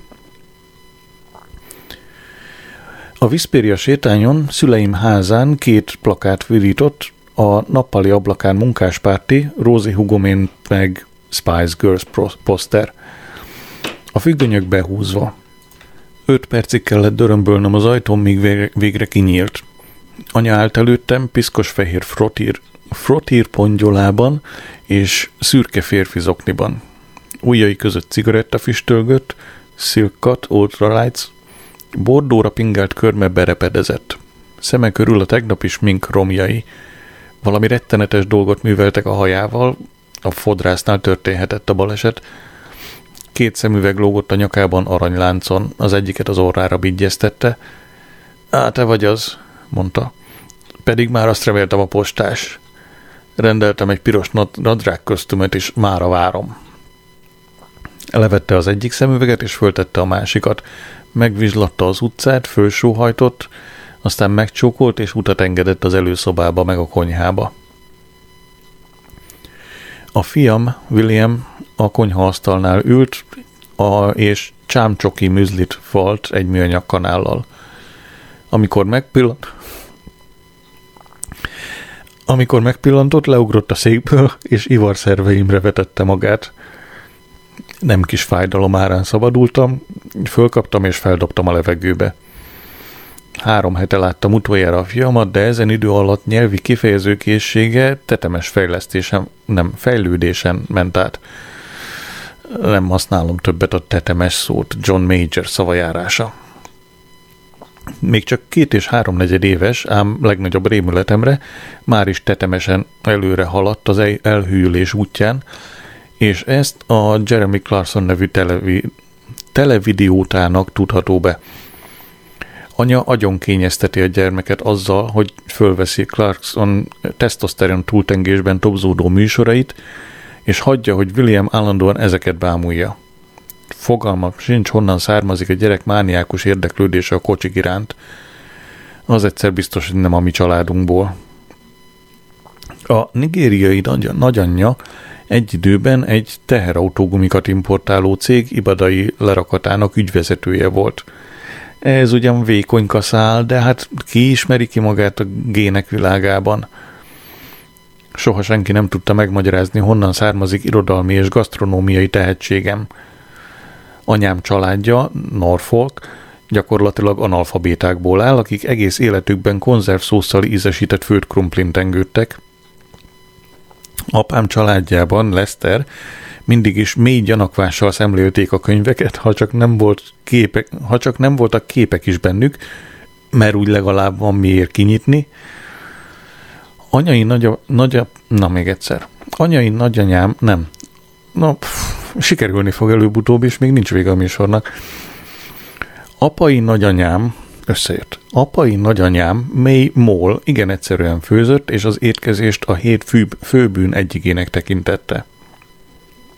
A Wispéria sétányon szüleim házán 2 plakát virított, a nappali ablakán munkáspárti, Rosie Hugomén meg Spice Girls poszter. A függönyök behúzva. 5 percig kellett dörömbölnöm az ajtón, míg végre kinyílt. Anya állt előttem piszkos-fehér frotír pongyolában és szürke férfi zokniban. Ujjai között cigaretta füstölgött, Silk Cut Ultralights, bordóra pingált körme berepedezett. Szeme körül a tegnapi smink romjai. Valami rettenetes dolgot műveltek a hajával, a fodrásznál történhetett a baleset. 2 szemüveg lógott a nyakában aranyláncon, az egyiket az orrára bigyeztette. Á, te vagy az, mondta. Pedig már azt reméltem a postás. Rendeltem egy piros nadrág köztömet, és mára várom. Levette az egyik szemüveget, és föltette a másikat. Megvizslatta az utcát, fölsóhajtott, aztán megcsókolt, és utat engedett az előszobába, meg a konyhába. A fiam, William, a konyhaasztalnál ült, és csámcsoki műzlit valt egy műanyag kanállal. Amikor megpillantott, leugrott a székből, és ivarszerveimre vetette magát. Nem kis fájdalom árán szabadultam, fölkaptam és feldobtam a levegőbe. 3 hete láttam utoljára a fiamat, de ezen idő alatt nyelvi kifejezőkészsége tetemes fejlődésen ment át. Nem használom többet a tetemes szót, John Major szavajárása. Még csak 2 és 3/4 éves, ám legnagyobb rémületemre már is tetemesen előre haladt az elhűlés útján, és ezt a Jeremy Clarkson nevű televidiótának tudható be. Anya agyonkényezteti a gyermeket azzal, hogy fölveszi Clarkson tesztoszteron túltengésben tobzódó műsorait, és hagyja, hogy William állandóan ezeket bámulja. Fogalmam sincs, honnan származik a gyerek mániákus érdeklődése a kocsik iránt. Az egyszer biztos, hogy nem a mi családunkból. A nigériai nagyanyja egy időben egy teherautógumikat importáló cég ibadai lerakatának ügyvezetője volt. Ez ugyan vékonyka szál, de hát ki ismeri ki magát a gének világában? Soha senki nem tudta megmagyarázni, honnan származik irodalmi és gasztronómiai tehetségem. Anyám családja, Norfolk, gyakorlatilag analfabétákból áll, akik egész életükben konzervszósszal ízesített főtt krumplint tengődtek. Apám családjában, Lester, mindig is mély gyanakvással szemlélték a könyveket, ha csak nem voltak képek is bennük, mert úgy legalább van miért kinyitni. Anyai nagyanyám, nem. Sikerülni fog előbb-utóbb, és még nincs vége a műsornak. Apai nagyanyám, összejött. Apai nagyanyám, May Moll igen egyszerűen főzött, és az étkezést a 7 főbűn egyigének tekintette.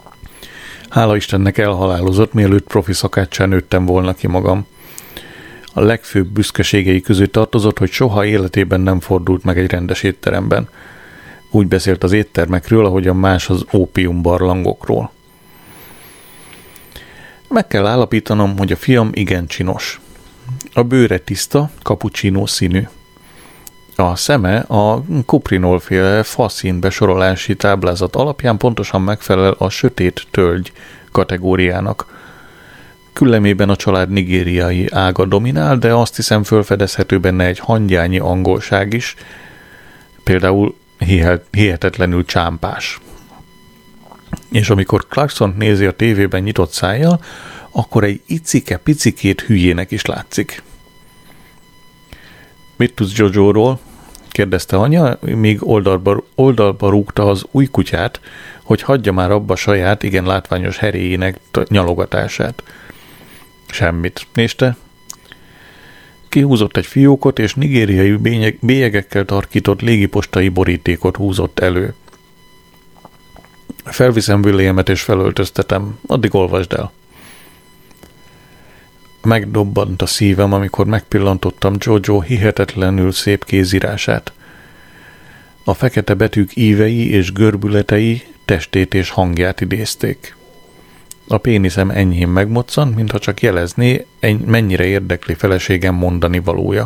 Hála Istennek elhalálozott, mielőtt profi szakáccsá nőttem volna ki magam. A legfőbb büszkeségei közé tartozott, hogy soha életében nem fordult meg egy rendes étteremben. Úgy beszélt az éttermekről, ahogyan más az ópiumbarlangokról. Meg kell állapítanom, hogy a fiam igen csinos. A bőre tiszta, cappuccino színű. A szeme a Cuprinol-féle faszín besorolási táblázat alapján pontosan megfelel a sötét tölgy kategóriának. Küllemében a család nigériai ága dominál, de azt hiszem felfedezhető benne egy hangyányi angolság is, például hihetetlenül csámpás. És amikor Clarkson nézi a tévében nyitott szájjal, akkor egy icike-picikét hülyének is látszik. Mit tudsz Jojoról? Kérdezte anya, míg oldalba rúgta az új kutyát, hogy hagyja már abba saját, igen látványos heréjének nyalogatását. Semmit. És te? Kihúzott egy fiókot, és nigériai bélyegekkel tarkított légipostai borítékot húzott elő. Felviszem Williamet és felöltöztetem, addig olvasd el. Megdobbant a szívem, amikor megpillantottam Jojo hihetetlenül szép kézírását. A fekete betűk ívei és görbületei testét és hangját idézték. A péniszem enyhén megmoccant, mintha csak jelezné, mennyire érdekli feleségem mondani valója.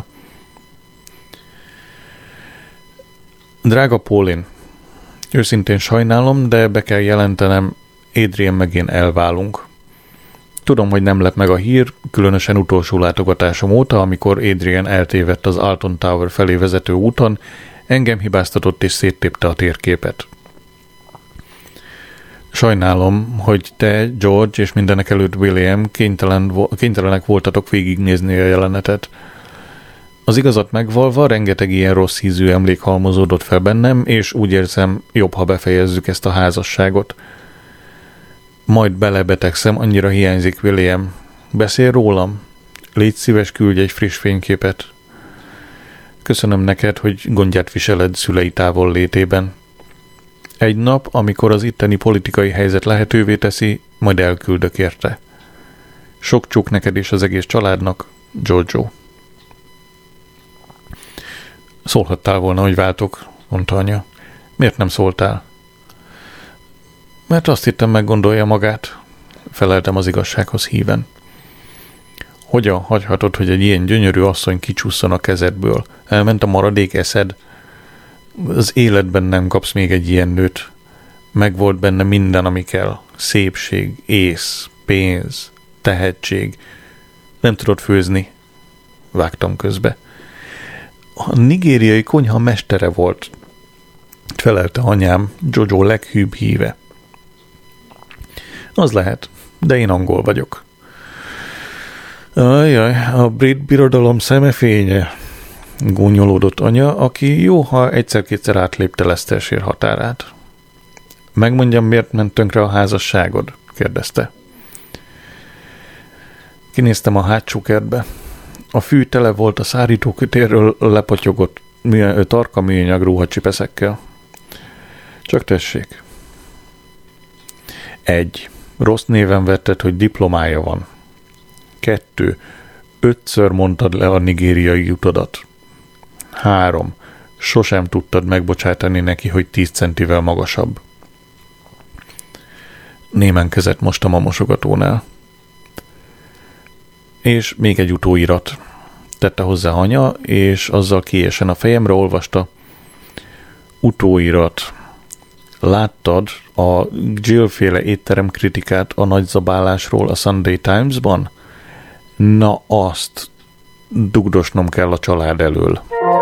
Drága Pauline, őszintén sajnálom, de be kell jelentenem, Adrian meg én elválunk. Tudom, hogy nem lep meg a hír, különösen utolsó látogatásom óta, amikor Adrian eltévedt az Alton Tower felé vezető úton, engem hibáztatott és széttépte a térképet. Sajnálom, hogy te, George és mindenek előtt William kénytelenek voltatok végignézni a jelenetet. Az igazat megvalva, rengeteg ilyen rossz ízű emlék halmozódott fel bennem, és úgy érzem, jobb, ha befejezzük ezt a házasságot. Majd belebetegszem, annyira hiányzik William. Beszél rólam? Légy szíves, küldj egy friss fényképet. Köszönöm neked, hogy gondját viseled szülei távol létében. Egy nap, amikor az itteni politikai helyzet lehetővé teszi, majd elküldök érte. Sok csók neked és az egész családnak, Jojo. Szólhattál volna, hogy váltok, mondta anya. Miért nem szóltál? Mert azt hittem, meggondolja magát, feleltem az igazsághoz híven. Hogyan hagyhatod, hogy egy ilyen gyönyörű asszony kicsusszon a kezedből? Elment a maradék eszed? Az életben nem kapsz még egy ilyen nőt. Megvolt benne minden, ami kell. Szépség, ész, pénz, tehetség. Nem tudod főzni. Vágtam közbe. A nigériai konyha mestere volt, felelte anyám, Jojo leghűbb híve. Az lehet, de én angol vagyok. Ajjaj, a brit birodalom szemefénye, gúnyolódott anya, aki jó, ha egyszer-kétszer átlépte Leicestershire határát. Megmondjam, miért ment tönkre a házasságod? Kérdezte. Kinéztem a hátsó kertbe. A fű tele volt a szárítókötérről lepotyogott tarka műanyag ruhacsipeszekkel. Csak tessék. 1. Rossz néven vetted, hogy diplomája van. 2. 5-ször mondtad le a nigériai utadat. 3. Sosem tudtad megbocsátani neki, hogy 10 centivel magasabb. Némen kezet mostam a mosogatónál. És még egy utóirat. Tette hozzá anya, és azzal kiesen a fejemre olvasta. Utóirat. Láttad a Jill-féle étterem kritikát a nagyzabálásról a Sunday Times-ban? Na azt dugdosnom kell a család elől.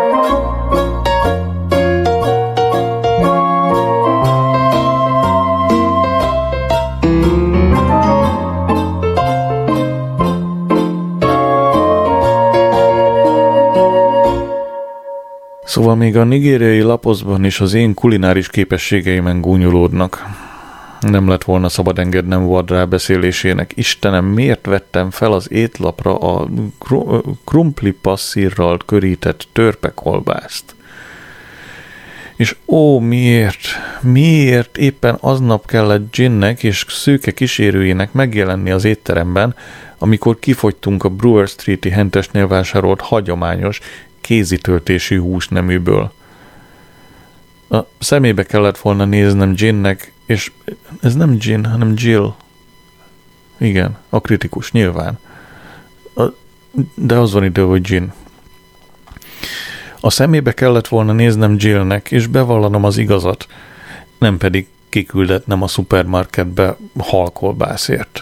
Szóval még a nigériai lapozban is az én kulináris képességeimen gúnyolódnak. Nem lett volna szabad engednem Ward rábeszélésének. Istenem, miért vettem fel az étlapra a krumplipasszírral körített törpekolbászt? És miért éppen aznap kellett Ginnek és szőke kísérőjének megjelenni az étteremben, amikor kifogytunk a Brewer Street-i hentesnél vásárolt hagyományos, kézitöltésű húsneműből. A szemébe kellett volna néznem Ginnek, és ez nem Gin, hanem Jill. Igen, a kritikus, nyilván. De az van idő, hogy Gin. A szemébe kellett volna néznem Jillnek, és bevallanom az igazat, nem pedig kiküldetnem a szupermarketbe halkolbászért.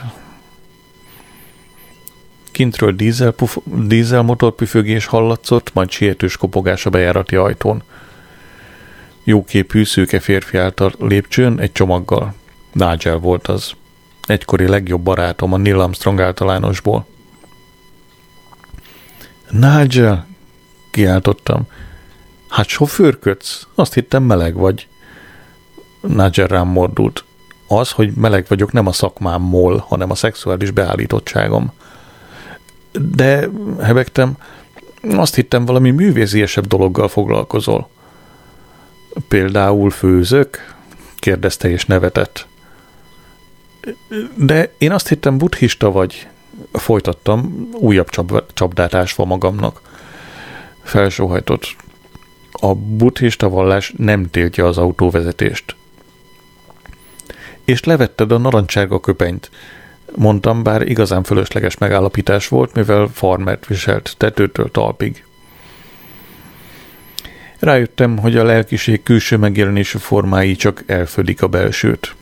Kintről dízelmotorpüfögés hallatszott, majd sietős kopogás a bejárati ajtón. Jóképű, szőke férfi állt a lépcsőn egy csomaggal. Nigel volt az. Egykori legjobb barátom a Neil Armstrong általánosból. Nigel! Kiáltottam. Hát sofőrködsz? Azt hittem meleg vagy. Nigel rám mordult. Az, hogy meleg vagyok, nem a szakmámból, hanem a szexuális beállítottságom. De, hebegtem, azt hittem valami művésziesebb dologgal foglalkozol. Például főzök? Kérdezte és nevetett. De én azt hittem buddhista vagy. Folytattam, újabb csapdát ásva magamnak. Felsóhajtott. A buddhista vallás nem tiltja az autóvezetést. És levetted a narancsárga köpenyt. Mondtam, bár igazán fölösleges megállapítás volt, mivel farmert viselt tetőtől talpig. Rájöttem, hogy a lelkiség külső megjelenésű formái csak elfödik a belsőt.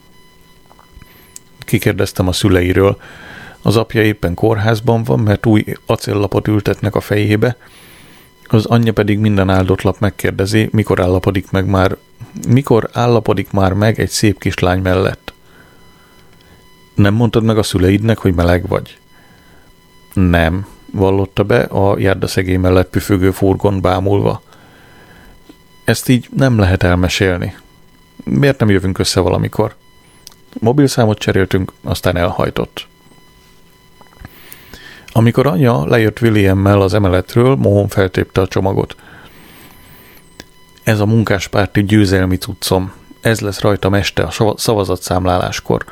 Kikérdeztem a szüleiről. Az apja éppen kórházban van, mert új acéllapot ültetnek a fejébe, az anyja pedig minden áldott lap megkérdezi, mikor állapodik már meg egy szép kislány mellett. Nem mondtad meg a szüleidnek, hogy meleg vagy? Nem, vallotta be a járdaszegély mellett püfögő furgon bámulva. Ezt így nem lehet elmesélni. Miért nem jövünk össze valamikor? Mobilszámot cseréltünk, aztán elhajtott. Amikor anya lejött Williammel az emeletről, mohón feltépte a csomagot. Ez a munkáspárti győzelmi cuccom. Ez lesz rajtam este a szavazatszámláláskor.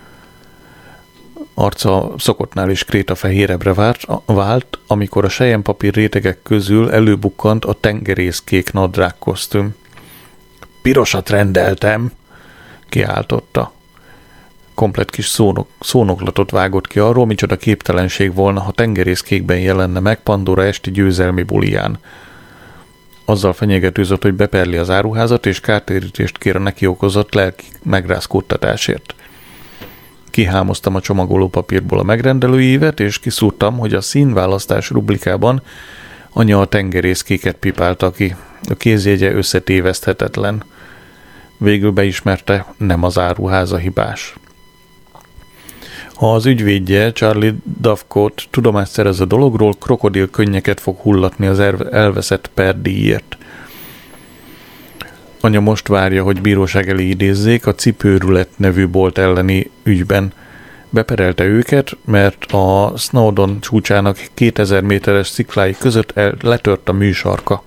Arca szokottnál is krétafehérebbre vált, amikor a selyempapír rétegek közül előbukkant a tengerészkék nadrágkosztüm. Pirosat rendeltem, kiáltotta. Komplett kis szónoklatot vágott ki arról, micsoda képtelenség volna, ha tengerészkékben jelenne meg Pandora esti győzelmi buliján. Azzal fenyegetőzött, hogy beperli az áruházat, és kártérítést kér a neki okozott lelki megrázkódtatásért. Kihámoztam a csomagoló papírból a megrendelői évet, és kiszúrtam, hogy a színválasztás rublikában anya a tengerészkéket pipálta ki. A kézjegye összetéveszthetetlen. Végül beismerte, nem az áruháza hibás. Ha az ügyvédje, Charlie Dovecote tudomást szerez a dologról, krokodil könnyeket fog hullatni az elveszett perdíjért. Anya most várja, hogy bíróság elé idézzék a Cipőrület nevű bolt elleni ügyben. Beperelte őket, mert a Snowdon csúcsának 2000 méteres sziklái között letört a műsarka.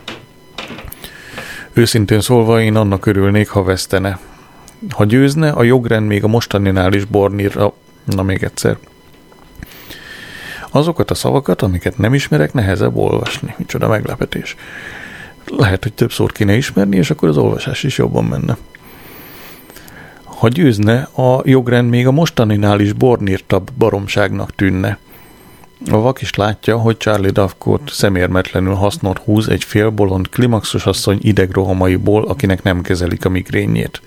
Őszintén szólva én annak örülnék, ha vesztene. Ha győzne, a jogrend még a mostaninál is bornírra. Na még egyszer. Azokat a szavakat, amiket nem ismerek, nehezebb olvasni. Micsoda meglepetés. Lehet, hogy több szót kéne ismerni, és akkor az olvasás is jobban menne. Ha győzne, a jogrend még a mostaninál is bornírtabb baromságnak tűnne. A vak is látja, hogy Charlie Dovecote szemérmetlenül hasznot húz egy félbolond klimaxos asszony idegrohamaiból, akinek nem kezelik a migrényét.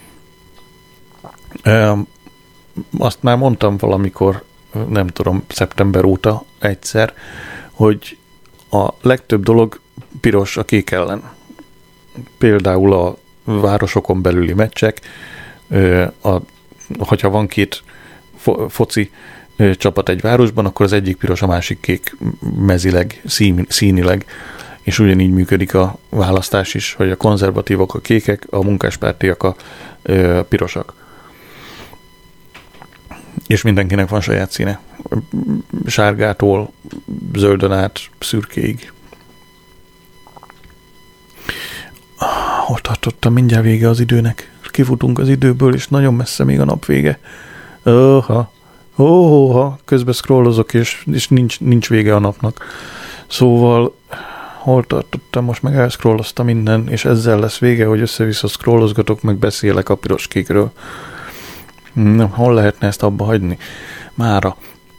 Azt már mondtam valamikor, nem tudom, szeptember óta egyszer, hogy a legtöbb dolog piros a kék ellen. Például a városokon belüli meccsek, hogyha van két foci csapat egy városban, akkor az egyik piros, a másik kék mezileg, színileg, és ugyanígy működik a választás is, hogy a konzervatívok a kékek, a munkáspártiak a pirosak. És mindenkinek van saját színe. Sárgától, zöldön át, szürkéig. Hol tartottam? Mindjárt vége az időnek. Kifutunk az időből, és nagyon messze még a nap vége. Közben scrollozok, és nincs vége a napnak. Szóval hol tartottam? Most meg elszcrolloztam minden, és ezzel lesz vége, hogy össze-vissza scrollozgatok, meg beszélek a piroskékről. Hol lehetne ezt abba hagyni? Mára.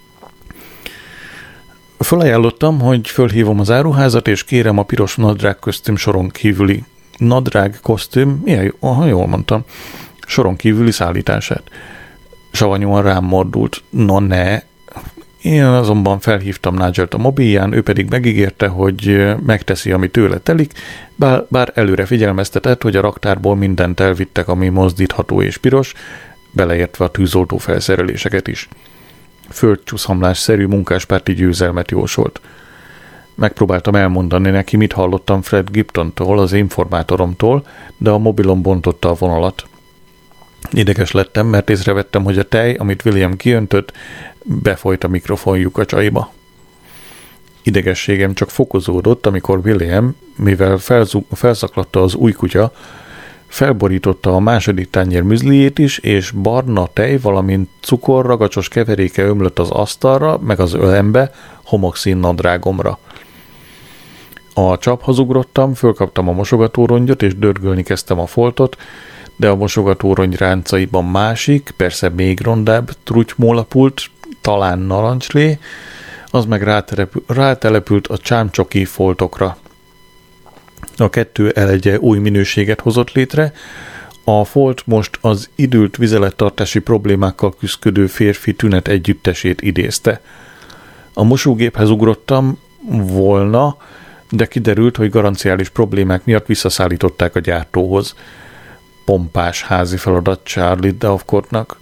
Felajánlottam, hogy fölhívom az áruházat, és kérem a piros nadrág kosztüm soron kívüli nadrág kosztüm, jól mondtam, soron kívüli szállítását. Savanyúan rám mordult. No ne. Én azonban felhívtam Nigelt a mobilján, ő pedig megígérte, hogy megteszi, ami tőle telik, bár előre figyelmeztetett, hogy a raktárból mindent elvittek, ami mozdítható és piros, beleértve a tűzoltó felszereléseket is. Földcsúszhamlásszerű munkáspárti győzelmet jósolt. Megpróbáltam elmondani neki, mit hallottam Fred Giptontól, az informátoromtól, de a mobilom bontotta a vonalat. Ideges lettem, mert észrevettem, hogy a tej, amit William kiöntött, befolyt a mikrofon lyukacsaiba. Idegességem csak fokozódott, amikor William, mivel felszaklatta az új kutya, felborította a második tányér műzliét is, és barna tej, valamint cukor ragacsos keveréke ömlött az asztalra, meg az ölembe, homokszín nadrágomra. A csaphoz ugrottam, fölkaptam a mosogatórongyot, és dörgölni kezdtem a foltot, de a mosogatórongy ráncaiban másik, persze még rondább trutymólapult, talán narancslé, az meg rátelepült a csámcsoki foltokra. A kettő elegye új minőséget hozott létre, a folt most az idült vizelettartási problémákkal küszködő férfi tünet együttesét idézte. A mosógéphez ugrottam volna, de kiderült, hogy garanciális problémák miatt visszaszállították a gyártóhoz. Pompás házi feladat Charlie Dovcourtnak.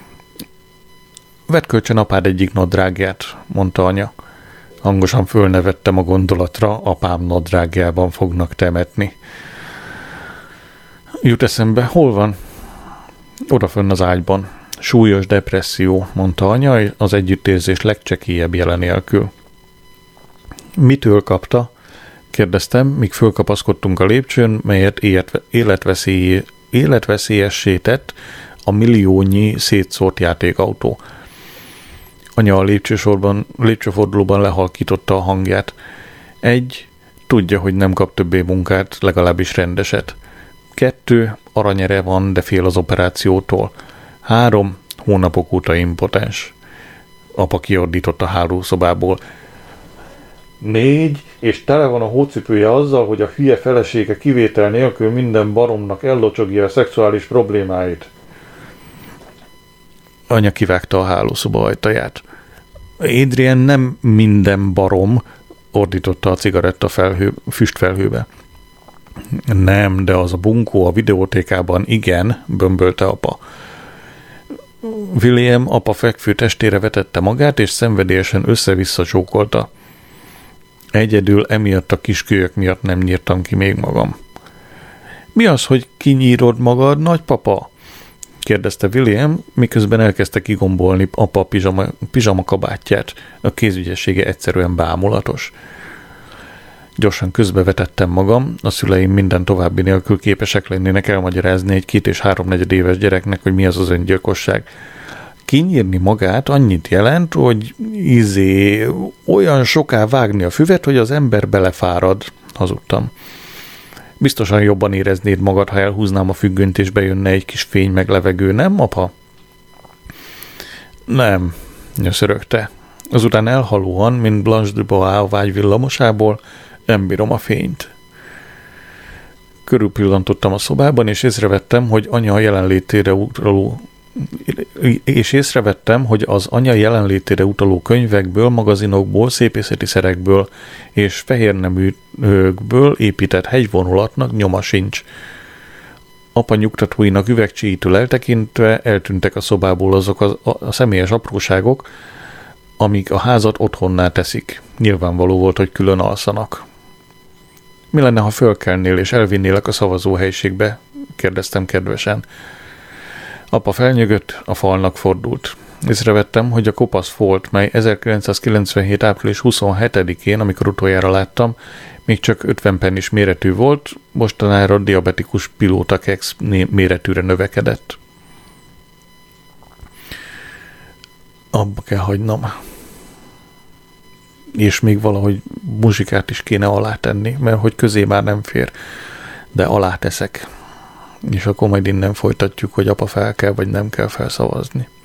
Vedd kölcsön apád egyik nadrágját, mondta anya. Hangosan fölnevettem a gondolatra, apám nadrágjában fognak temetni. Jut eszembe, hol van? Odafönn az ágyban. Súlyos depresszió, mondta anya, az együttérzés legcsekélyebb jele nélkül. Mitől kapta? Kérdeztem, míg fölkapaszkodtunk a lépcsőn, melyet életveszélyessé tett a milliónyi szétszórt játékautó. Anya a lépcsőfordulóban lehalkította a hangját. 1. Tudja, hogy nem kap többé munkát, legalábbis rendeset. 2. Aranyere van, de fél az operációtól. 3. Hónapok óta impotens. Apa kiordított a hálószobából. 4. És tele van a hócipője azzal, hogy a hülye felesége kivétel nélkül minden baromnak ellocsogja a szexuális problémáit. Anya kivágta a hálószoba ajtaját. Adrian nem minden barom, ordította a cigaretta füstfelhőbe. Nem, de az a bunkó a videótékában igen, bömbölte apa. William apa fekvő testére vetette magát, és szenvedélyesen össze-vissza csókolta. Egyedül emiatt a kiskölyök miatt nem nyírtam ki még magam. Mi az, hogy kinyírod magad, nagypapa? Kérdezte William, miközben elkezdte kigombolni apa pizsama kabátját. A kézügyessége egyszerűen bámulatos. Gyorsan közbevetettem magam, a szüleim minden további nélkül képesek lennének elmagyarázni egy 2 és 3/4 éves gyereknek, hogy mi az az öngyilkosság. Kinyírni magát annyit jelent, hogy olyan soká vágni a füvet, hogy az ember belefárad, hazudtam. Biztosan jobban éreznéd magad, ha elhúznám a függönyt, és bejönne egy kis fény meg levegő, nem, apa? Nem, nyöszörögte. Azután elhalóan, mint Blanche de Bois a vágy villamosából, nem bírom a fényt. Körülpillantottam a szobában, és észrevettem, hogy az anya jelenlétére utaló könyvekből, magazinokból, szépészeti szerekből és fehérneműkből épített hegyvonulatnak nyoma sincs. Apa nyugtatóinak üvegcséjétől eltekintve eltűntek a szobából azok a személyes apróságok, amik a házat otthonná teszik. Nyilvánvaló volt, hogy külön alszanak. Mi lenne, ha fölkelnél és elvinnélek a szavazóhelyiségbe? Kérdeztem kedvesen. Apa felnyögött, a falnak fordult. észrevettem, hogy a kopasz Folt, mely 1997. április 27-én, amikor utoljára láttam, még csak 50 pennis méretű volt, mostanára diabetikus pilóta keks méretűre növekedett. Abba kell hagynom. És még valahogy muzsikát is kéne alátenni, mert hogy közé már nem fér, de aláteszek. És akkor majd innen folytatjuk, hogy apa fel kell, vagy nem kell felszavazni.